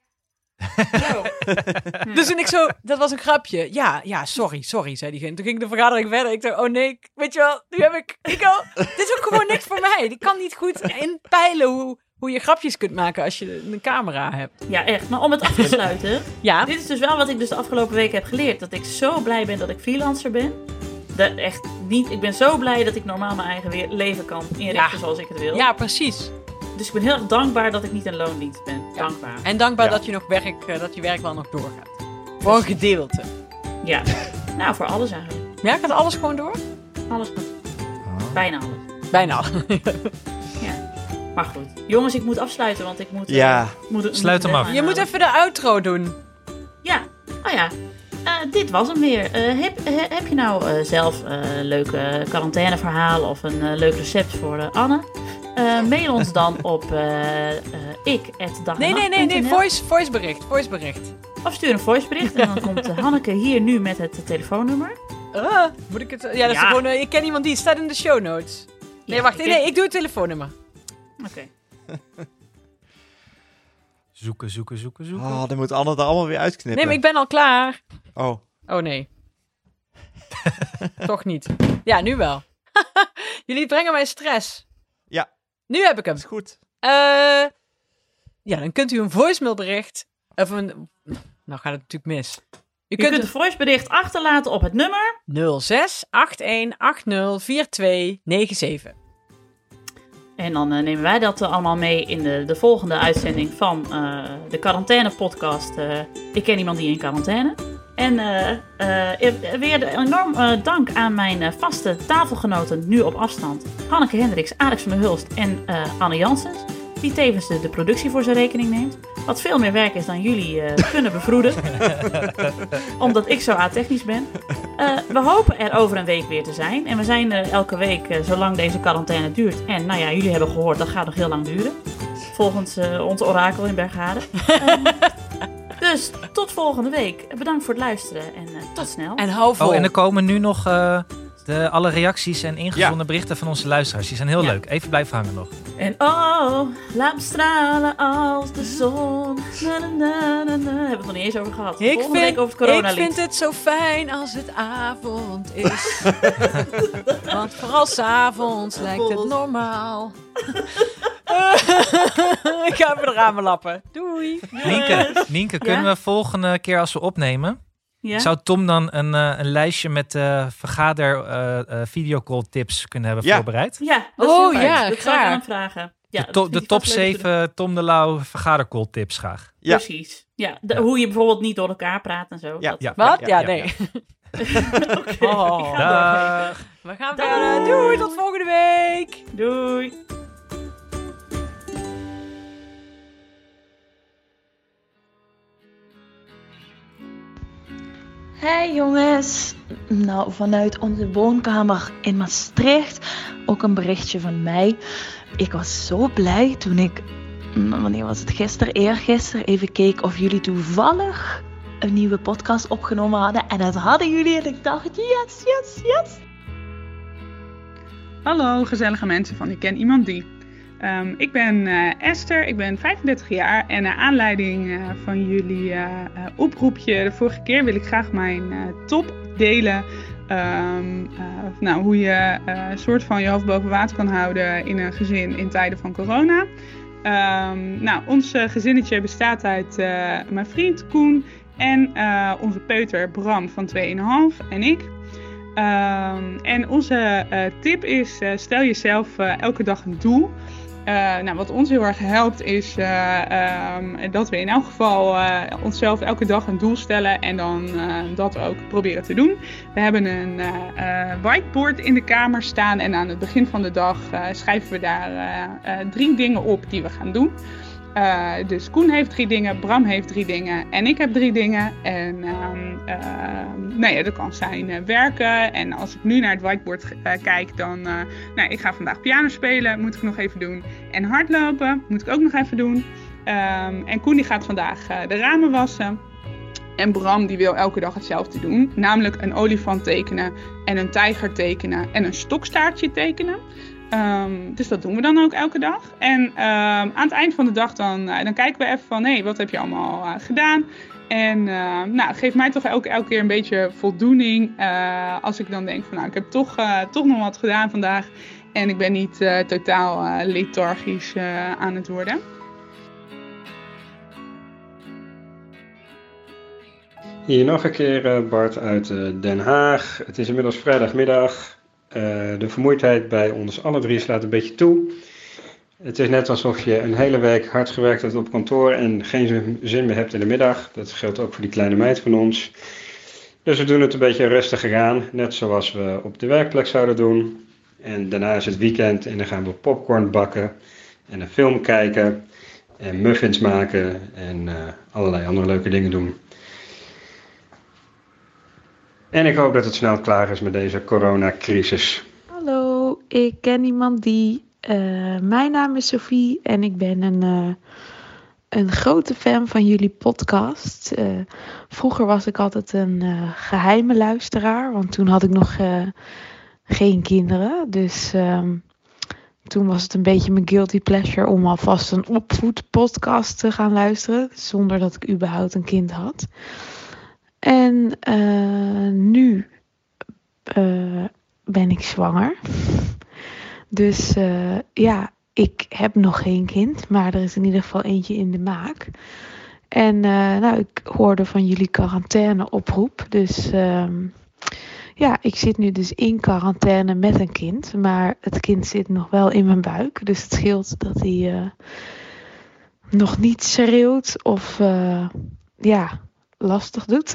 Dus toen ik zo... Dat was een grapje. Ja, sorry, zei diegene. Toen ging de vergadering verder. Ik dacht, oh nee, weet je wel... Nu heb ik... dit is ook gewoon niks voor mij. Ik kan niet goed inpeilen hoe je grapjes kunt maken als je een camera hebt. Ja, echt. Maar om het af te sluiten... Ja. Dit is dus wel wat ik dus de afgelopen weken heb geleerd. Dat ik zo blij ben dat ik freelancer ben. Echt niet. Ik ben zo blij dat ik normaal mijn eigen leven kan inrichten zoals ik het wil. Ja, precies. Dus ik ben heel erg dankbaar dat ik niet in loondienst ben. Dankbaar. En dankbaar Ja. dat je nog dat je werk wel nog doorgaat. Voor een gedeelte. Ja. Nou, voor alles eigenlijk. Ja, gaat alles gewoon door? Alles goed. Bijna alles. Bijna. Ja. Maar goed. Jongens, ik moet afsluiten, want ik moet... Ja. Sluit hem af. Je moet even de outro doen. Ja. Oh ja. Dit was hem weer. Heb je nou zelf een leuke quarantaineverhaal of een leuk recept voor Anne? Mail ons dan op Nee. Voicebericht. Of stuur een voicebericht en dan komt Hanneke hier nu met het telefoonnummer. Moet ik het... Ja, dat is Ja. gewoon... ik ken iemand die staat in de show notes. Nee, Ja, wacht. ik Nee, ik doe het telefoonnummer. Oké. Zoeken. Oh, dan moet Anne er allemaal weer uitknippen. Nee, maar ik ben al klaar. Oh. Oh nee. Toch niet. Ja, nu wel. Jullie brengen mij stress. Ja. Nu heb ik hem. Is goed. Ja, dan kunt u een voicemailbericht... Of een... Nou gaat het natuurlijk mis. Je kunt een voicebericht achterlaten op het nummer 0681804297. En dan nemen wij dat allemaal mee in de volgende uitzending van de quarantaine podcast. Ik ken iemand die in quarantaine. En weer enorm dank aan mijn vaste tafelgenoten nu op afstand. Hanneke Hendricks, Alex van der Hulst en Anne Janssens. Die tevens de productie voor zijn rekening neemt. Wat veel meer werk is dan jullie kunnen bevroeden. Omdat ik zo a-technisch ben. We hopen er over een week weer te zijn. En we zijn er elke week zolang deze quarantaine duurt. En nou ja, jullie hebben gehoord, dat gaat nog heel lang duren. Volgens ons orakel in Bergharen. Dus tot volgende week. Bedankt voor het luisteren en tot snel. En hou vol. Oh, en er komen nu nog alle reacties en ingezonden berichten van onze luisteraars. Die zijn heel leuk. Even blijven hangen nog. En oh, laat me stralen als de zon. Na, na, na, na, na. Hebben we het nog niet eens over gehad. Volgende week over het coronalied. Ik vind het zo fijn als het avond is. Want vooral 's avonds lijkt het normaal. Ik ga even de ramen lappen. Doei. Nienke, kunnen we volgende keer als we opnemen... Ja? Zou Tom dan een lijstje met videocall tips kunnen hebben voorbereid? Ja, dat is heel fijn. Dat zou ik graag. aan hem vragen. Ja, de top 7 Tom de Lauw vergadercall tips graag. Ja. Precies. Ja, hoe je bijvoorbeeld niet door elkaar praat en zo. Ja. Dat. Wat? Ja, ja, nee. Oké, Oh. ik ga doorgeven. We gaan verder. Doei, tot volgende week. Doei. Hey jongens, nou vanuit onze woonkamer in Maastricht ook een berichtje van mij. Ik was zo blij toen ik, wanneer was het, eergisteren even keek of jullie toevallig een nieuwe podcast opgenomen hadden. En dat hadden jullie en ik dacht yes. Hallo gezellige mensen van Ik Ken Iemand Die. Ik ben Esther, ik ben 35 jaar en naar aanleiding van jullie oproepje de vorige keer wil ik graag mijn top delen. Hoe je een soort van je hoofd boven water kan houden in een gezin in tijden van corona. Ons gezinnetje bestaat uit mijn vriend Koen en onze peuter Bram van 2,5 en ik. En onze tip is, stel jezelf elke dag een doel. Wat ons heel erg helpt is dat we in elk geval onszelf elke dag een doel stellen en dan dat ook proberen te doen. We hebben een whiteboard in de kamer staan en aan het begin van de dag schrijven we daar 3 dingen op die we gaan doen. Dus Koen heeft 3 dingen, Bram heeft 3 dingen en ik heb 3 dingen. En dat kan zijn werken. En als ik nu naar het whiteboard kijk, dan... ik ga vandaag piano spelen, moet ik nog even doen. En hardlopen, moet ik ook nog even doen. En Koen die gaat vandaag de ramen wassen. En Bram die wil elke dag hetzelfde doen. Namelijk een olifant tekenen en een tijger tekenen en een stokstaartje tekenen. Dus dat doen we dan ook elke dag. En aan het eind van de dag dan kijken we even van... wat heb je allemaal gedaan? En geeft mij toch elke keer een beetje voldoening. Als ik dan denk van ik heb toch nog wat gedaan vandaag. En ik ben niet totaal lethargisch aan het worden. Hier nog een keer Bart uit Den Haag. Het is inmiddels vrijdagmiddag. De vermoeidheid bij ons alle 3 slaat een beetje toe. Het is net alsof je een hele week hard gewerkt hebt op kantoor en geen zin meer hebt in de middag. Dat geldt ook voor die kleine meid van ons. Dus we doen het een beetje rustiger aan, net zoals we op de werkplek zouden doen. En daarna is het weekend en dan gaan we popcorn bakken en een film kijken en muffins maken en allerlei andere leuke dingen doen. En ik hoop dat het snel klaar is met deze coronacrisis. Hallo, ik ken iemand die... mijn naam is Sophie en ik ben een grote fan van jullie podcast. Vroeger was ik altijd een geheime luisteraar, want toen had ik nog geen kinderen. Dus toen was het een beetje mijn guilty pleasure om alvast een opvoedpodcast te gaan luisteren. Zonder dat ik überhaupt een kind had. En nu ben ik zwanger. Dus ik heb nog geen kind. Maar er is in ieder geval eentje in de maak. En ik hoorde van jullie quarantaineoproep. Dus ik zit nu dus in quarantaine met een kind. Maar het kind zit nog wel in mijn buik. Dus het scheelt dat hij nog niet schreeuwt of lastig doet.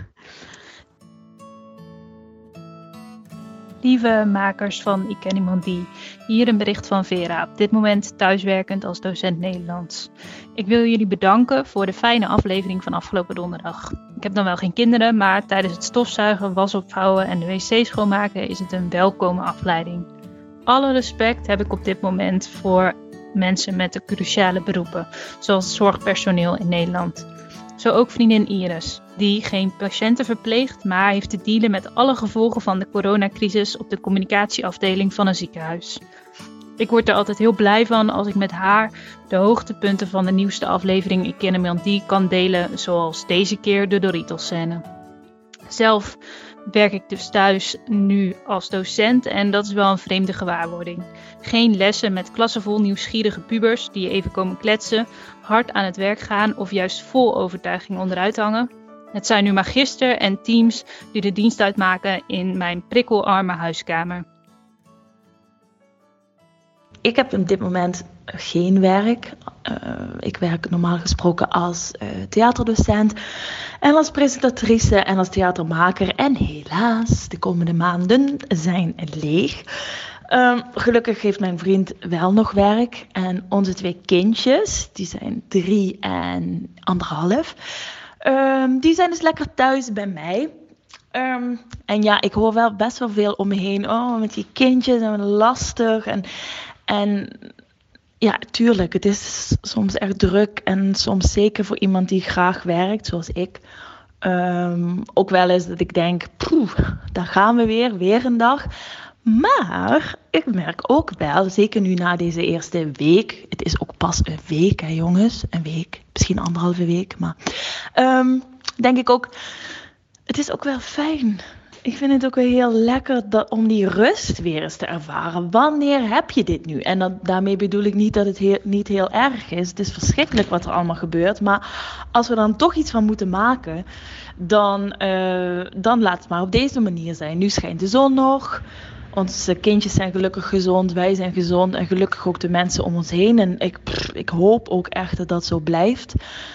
Lieve makers van Ik Ken Iemand Die, hier een bericht van Vera, op dit moment thuiswerkend als docent Nederlands. Ik wil jullie bedanken voor de fijne aflevering van afgelopen donderdag. Ik heb dan wel geen kinderen, maar tijdens het stofzuigen, was opvouwen en de wc schoonmaken is het een welkome afleiding. Alle respect heb ik op dit moment voor mensen met de cruciale beroepen, zoals zorgpersoneel in Nederland. Zo ook vriendin Iris, die geen patiënten verpleegt, maar heeft te dealen met alle gevolgen van de coronacrisis op de communicatieafdeling van een ziekenhuis. Ik word er altijd heel blij van als ik met haar de hoogtepunten van de nieuwste aflevering Ik Ken Iemand Die kan delen, zoals deze keer de Doritos-scène. Zelf werk ik dus thuis nu als docent en dat is wel een vreemde gewaarwording. Geen lessen met klassen vol nieuwsgierige pubers die even komen kletsen, hard aan het werk gaan of juist vol overtuiging onderuit hangen. Het zijn nu magister en teams die de dienst uitmaken in mijn prikkelarme huiskamer. Ik heb op dit moment geen werk. Ik werk normaal gesproken als theaterdocent en als presentatrice en als theatermaker. En helaas, de komende maanden zijn leeg. Gelukkig heeft mijn vriend wel nog werk. En onze 2 kindjes, die zijn 3 en 1,5. Die zijn dus lekker thuis bij mij. En ja, ik hoor wel best wel veel om me heen. Oh, met die kindjes en lastig. En ja, tuurlijk, het is soms echt druk. En soms zeker voor iemand die graag werkt, zoals ik. Ook wel eens dat ik denk, daar gaan we weer een dag. Maar ik merk ook wel, zeker nu na deze eerste week. Het is ook pas een week, hè jongens. Een week, misschien 1,5 week. Maar denk ik ook, het is ook wel fijn. Ik vind het ook wel heel lekker om die rust weer eens te ervaren. Wanneer heb je dit nu? En daarmee bedoel ik niet dat het niet heel erg is. Het is verschrikkelijk wat er allemaal gebeurt. Maar als we dan toch iets van moeten maken, dan laat het maar op deze manier zijn. Nu schijnt de zon nog. Onze kindjes zijn gelukkig gezond. Wij zijn gezond. En gelukkig ook de mensen om ons heen. En ik hoop ook echt dat dat zo blijft.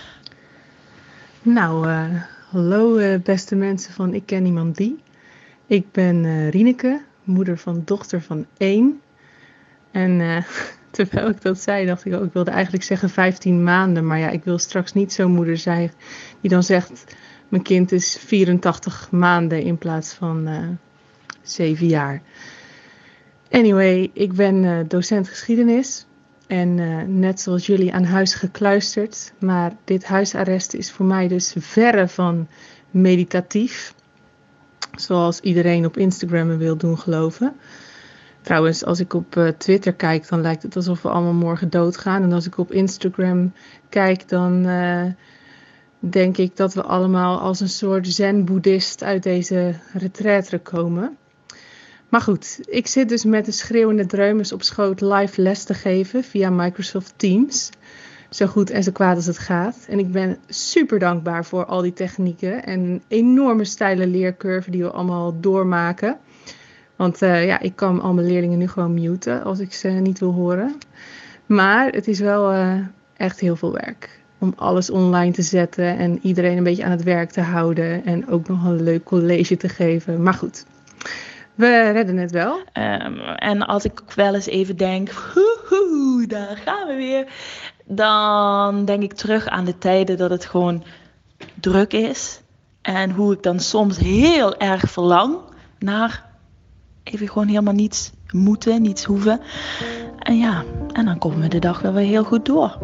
Nou, hallo beste mensen van Ik Ken Iemand Die. Ik ben Rieneke, moeder van dochter van 1. En terwijl ik dat zei, dacht ik ook, ik wilde eigenlijk zeggen 15 maanden. Maar ja, ik wil straks niet zo'n moeder zijn die dan zegt, mijn kind is 84 maanden in plaats van 7 jaar. Anyway, ik ben docent geschiedenis. En net zoals jullie aan huis gekluisterd. Maar dit huisarrest is voor mij dus verre van meditatief. Zoals iedereen op Instagram me wil doen geloven. Trouwens, als ik op Twitter kijk, dan lijkt het alsof we allemaal morgen doodgaan. En als ik op Instagram kijk, dan denk ik dat we allemaal als een soort zen-boeddhist uit deze retraite komen. Maar goed, ik zit dus met de schreeuwende dreumes op schoot live les te geven via Microsoft Teams. Zo goed en zo kwaad als het gaat. En ik ben super dankbaar voor al die technieken en een enorme steile leercurve die we allemaal doormaken. Want ik kan al mijn leerlingen nu gewoon muten als ik ze niet wil horen. Maar het is wel echt heel veel werk om alles online te zetten en iedereen een beetje aan het werk te houden. En ook nog een leuk college te geven. Maar goed, we redden het wel. En als ik ook wel eens even denk, daar gaan we weer. Dan denk ik terug aan de tijden dat het gewoon druk is. En hoe ik dan soms heel erg verlang naar even gewoon helemaal niets moeten, niets hoeven. En ja, en dan komen we de dag wel weer heel goed door.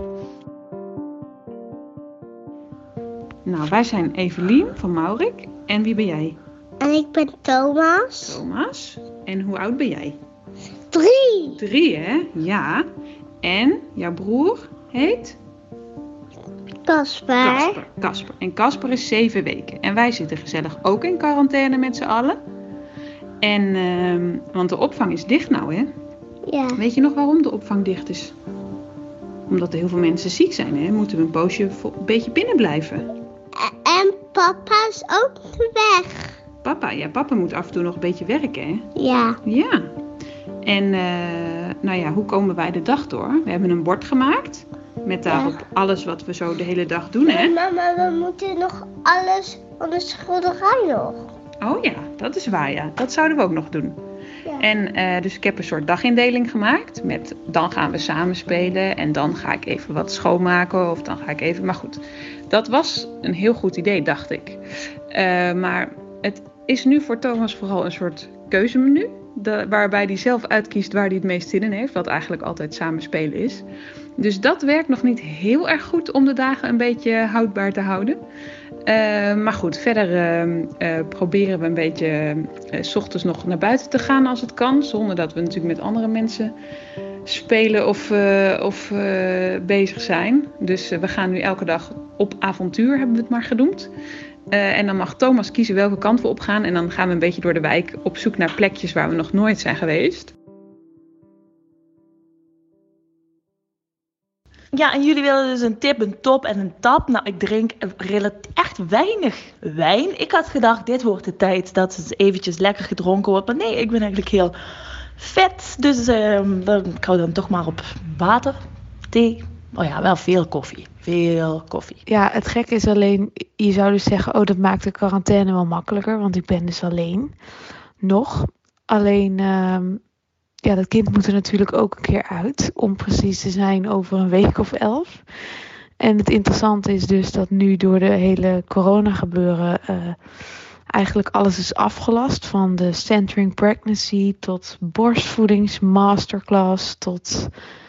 Nou, wij zijn Evelien van Maurik. En wie ben jij? En ik ben Thomas. Thomas. En hoe oud ben jij? 3. 3, hè? Ja. En jouw broer heet? Casper. En Casper is 7 weken. En wij zitten gezellig ook in quarantaine met z'n allen. En, want de opvang is dicht nou, hè? Ja. Weet je nog waarom de opvang dicht is? Omdat er heel veel mensen ziek zijn, hè? Moeten we een poosje een beetje binnen blijven. En papa is ook weg. Papa moet af en toe nog een beetje werken, hè? Ja. Ja. En, hoe komen wij de dag door? We hebben een bord gemaakt. Met daarop alles wat we zo de hele dag doen, hè? Mama, we moeten nog alles van de schilderij nog. Oh ja, dat is waar, ja. Dat zouden we ook nog doen. Ja. En dus ik heb een soort dagindeling gemaakt. Met dan gaan we samen spelen. En dan ga ik even wat schoonmaken. Of dan ga ik even... Maar goed, dat was een heel goed idee, dacht ik. Maar het is nu voor Thomas vooral een soort keuzemenu. Waarbij hij zelf uitkiest waar hij het meest zin in heeft. Wat eigenlijk altijd samen spelen is. Dus dat werkt nog niet heel erg goed om de dagen een beetje houdbaar te houden. Maar goed, verder proberen we een beetje 's ochtends nog naar buiten te gaan als het kan. Zonder dat we natuurlijk met andere mensen spelen of bezig zijn. Dus we gaan nu elke dag op avontuur, hebben we het maar genoemd. En dan mag Thomas kiezen welke kant we op gaan. En dan gaan we een beetje door de wijk op zoek naar plekjes waar we nog nooit zijn geweest. Ja, en jullie willen dus een tip, een top en een tap. Nou, ik drink echt weinig wijn. Ik had gedacht, dit wordt de tijd dat het eventjes lekker gedronken wordt. Maar nee, ik ben eigenlijk heel vet. Dus ik hou dan toch maar op water, thee. Oh ja, wel veel koffie. Veel koffie. Ja, het gekke is alleen, je zou dus zeggen, oh, dat maakt de quarantaine wel makkelijker. Want ik ben dus alleen. Nog. Alleen... ja, dat kind moet er natuurlijk ook een keer uit. Om precies te zijn over een week of 11. En het interessante is dus dat nu door de hele corona gebeuren... eigenlijk alles is afgelast. Van de Centering Pregnancy tot borstvoedingsmasterclass... tot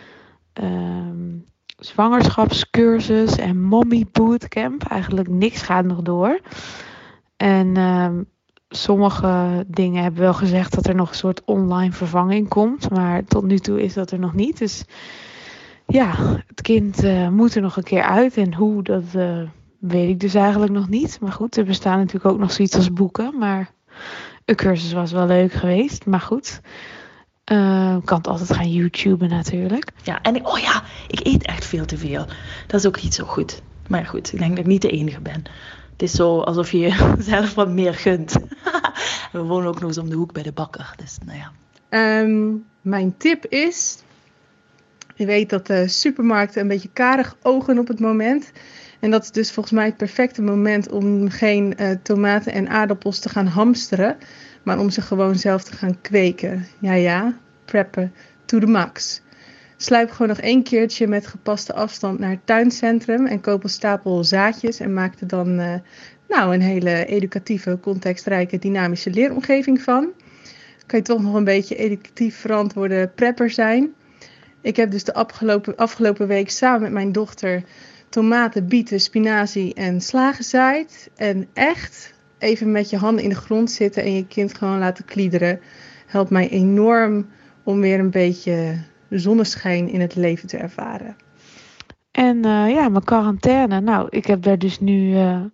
zwangerschapscursus en mommy bootcamp. Eigenlijk niks gaat nog door. En... sommige dingen hebben wel gezegd dat er nog een soort online vervanging komt. Maar tot nu toe is dat er nog niet. Dus ja, het kind moet er nog een keer uit. En hoe, dat weet ik dus eigenlijk nog niet. Maar goed, er bestaan natuurlijk ook nog zoiets als boeken. Maar een cursus was wel leuk geweest. Maar goed, kan het altijd gaan YouTuben natuurlijk. Ja, en ik eet echt veel te veel. Dat is ook niet zo goed. Maar goed, ik denk dat ik niet de enige ben. Het is zo alsof je jezelf wat meer gunt. We wonen ook nog eens om de hoek bij de bakker. Dus nou ja. Mijn tip is... Je weet dat de supermarkten een beetje karig ogen op het moment. En dat is dus volgens mij het perfecte moment om geen tomaten en aardappels te gaan hamsteren. Maar om ze gewoon zelf te gaan kweken. Ja, preppen to the max. Sluip gewoon nog 1 keertje met gepaste afstand naar het tuincentrum en koop een stapel zaadjes en maak er dan een hele educatieve, contextrijke, dynamische leeromgeving van. Kan je toch nog een beetje educatief verantwoorde prepper zijn. Ik heb dus de afgelopen week samen met mijn dochter tomaten, bieten, spinazie en sla gezaaid. En echt even met je handen in de grond zitten en je kind gewoon laten kliederen. Helpt mij enorm om weer een beetje zonneschijn in het leven te ervaren. En mijn quarantaine. Nou, ik heb daar dus nu...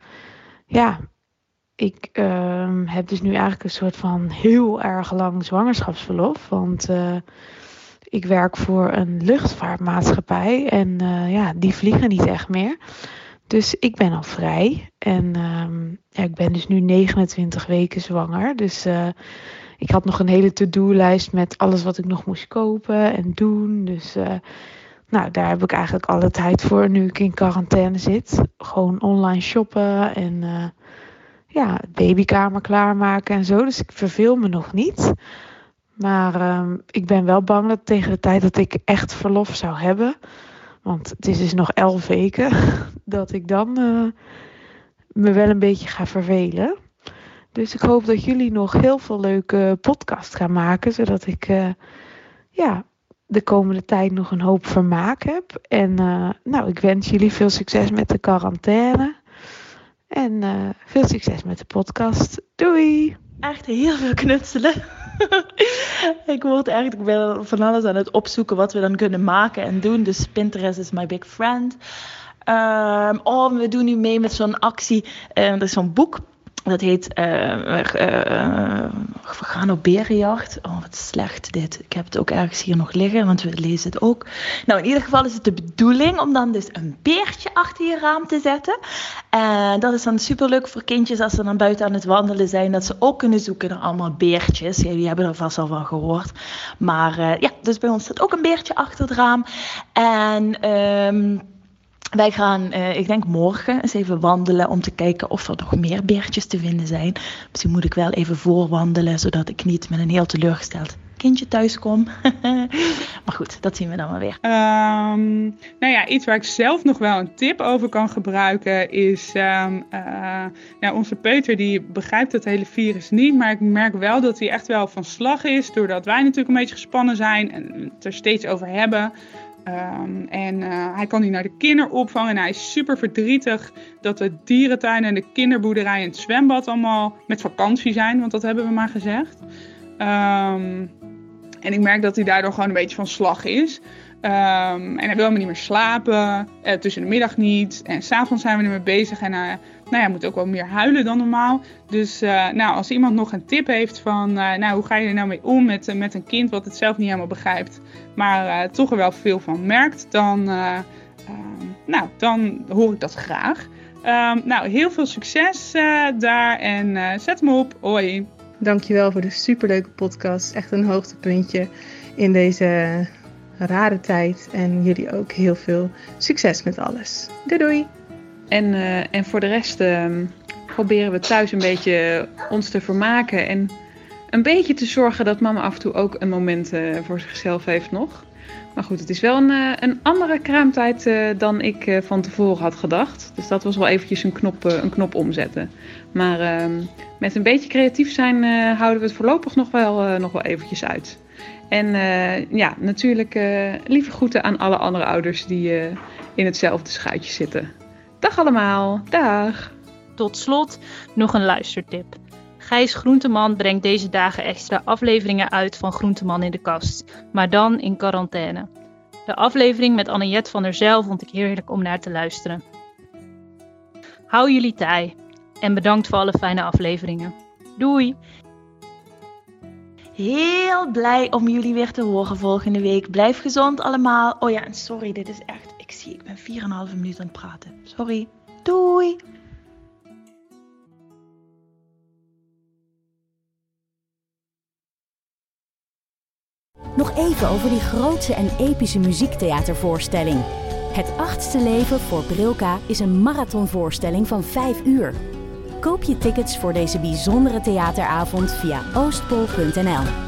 ik heb dus nu eigenlijk een soort van heel erg lang zwangerschapsverlof. Want ik werk voor een luchtvaartmaatschappij. En die vliegen niet echt meer. Dus ik ben al vrij. En ik ben dus nu 29 weken zwanger. Dus... ik had nog een hele to-do-lijst met alles wat ik nog moest kopen en doen. Dus daar heb ik eigenlijk alle tijd voor nu ik in quarantaine zit. Gewoon online shoppen en babykamer klaarmaken en zo. Dus ik verveel me nog niet. Maar ik ben wel bang dat tegen de tijd dat ik echt verlof zou hebben... want het is dus nog 11 weken... dat ik dan me wel een beetje ga vervelen... Dus ik hoop dat jullie nog heel veel leuke podcasts gaan maken. Zodat ik de komende tijd nog een hoop vermaak heb. En ik wens jullie veel succes met de quarantaine. En veel succes met de podcast. Doei! echt heel veel knutselen. Ik ben van alles aan het opzoeken wat we dan kunnen maken en doen. Dus Pinterest is my big friend. We doen nu mee met zo'n actie. Er is zo'n boek. Dat heet We gaan op berenjacht. Oh, wat slecht dit. Ik heb het ook ergens hier nog liggen, want we lezen het ook. Nou, in ieder geval is het de bedoeling om dan dus een beertje achter je raam te zetten. En dat is dan superleuk voor kindjes als ze dan buiten aan het wandelen zijn. Dat ze ook kunnen zoeken naar allemaal beertjes. Ja, jullie hebben er vast al van gehoord. Maar dus bij ons staat ook een beertje achter het raam. En... wij gaan, ik denk morgen, eens even wandelen om te kijken of er nog meer beertjes te vinden zijn. Misschien moet ik wel even voorwandelen, zodat ik niet met een heel teleurgesteld kindje thuis kom. Maar goed, dat zien we dan maar weer. Iets waar ik zelf nog wel een tip over kan gebruiken is... onze peuter die begrijpt het hele virus niet, maar ik merk wel dat hij echt wel van slag is, doordat wij natuurlijk een beetje gespannen zijn en het er steeds over hebben... hij kan niet naar de kinderopvang en hij is super verdrietig dat de dierentuin en de kinderboerderij en het zwembad allemaal met vakantie zijn, want dat hebben we maar gezegd. En ik merk dat hij daardoor gewoon een beetje van slag is. En hij wil helemaal niet meer slapen, tussen de middag niet. En 's avonds zijn we ermee bezig en hij moet ook wel meer huilen dan normaal. Dus als iemand nog een tip heeft van hoe ga je er nou mee om met een kind wat het zelf niet helemaal begrijpt, maar toch er wel veel van merkt, dan hoor ik dat graag. Heel veel succes daar en zet hem op. Hoi. Dankjewel voor de superleuke podcast. Echt een hoogtepuntje in deze rare tijd. En jullie ook heel veel succes met alles. Doei doei. En voor de rest proberen we thuis een beetje ons te vermaken. En een beetje te zorgen dat mama af en toe ook een moment voor zichzelf heeft nog. Maar goed, het is wel een andere kraamtijd dan ik van tevoren had gedacht. Dus dat was wel eventjes een knop omzetten. Maar met een beetje creatief zijn houden we het voorlopig nog wel eventjes uit. En natuurlijk lieve groeten aan alle andere ouders die in hetzelfde schuitje zitten. Dag allemaal, dag! Tot slot nog een luistertip. Gijs Groenteman brengt deze dagen extra afleveringen uit van Groenteman in de kast, maar dan in quarantaine. De aflevering met Anniette van der Zijl vond ik heerlijk om naar te luisteren. Hou jullie taai en bedankt voor alle fijne afleveringen. Doei! Heel blij om jullie weer te horen volgende week. Blijf gezond allemaal. Oh ja, en sorry, dit is echt... Ik ben 4,5 minuten aan het praten. Sorry. Doei! Nog even over die grootse en epische muziektheatervoorstelling. Het 8e leven voor Brilka is een marathonvoorstelling van 5 uur. Koop je tickets voor deze bijzondere theateravond via oostpol.nl.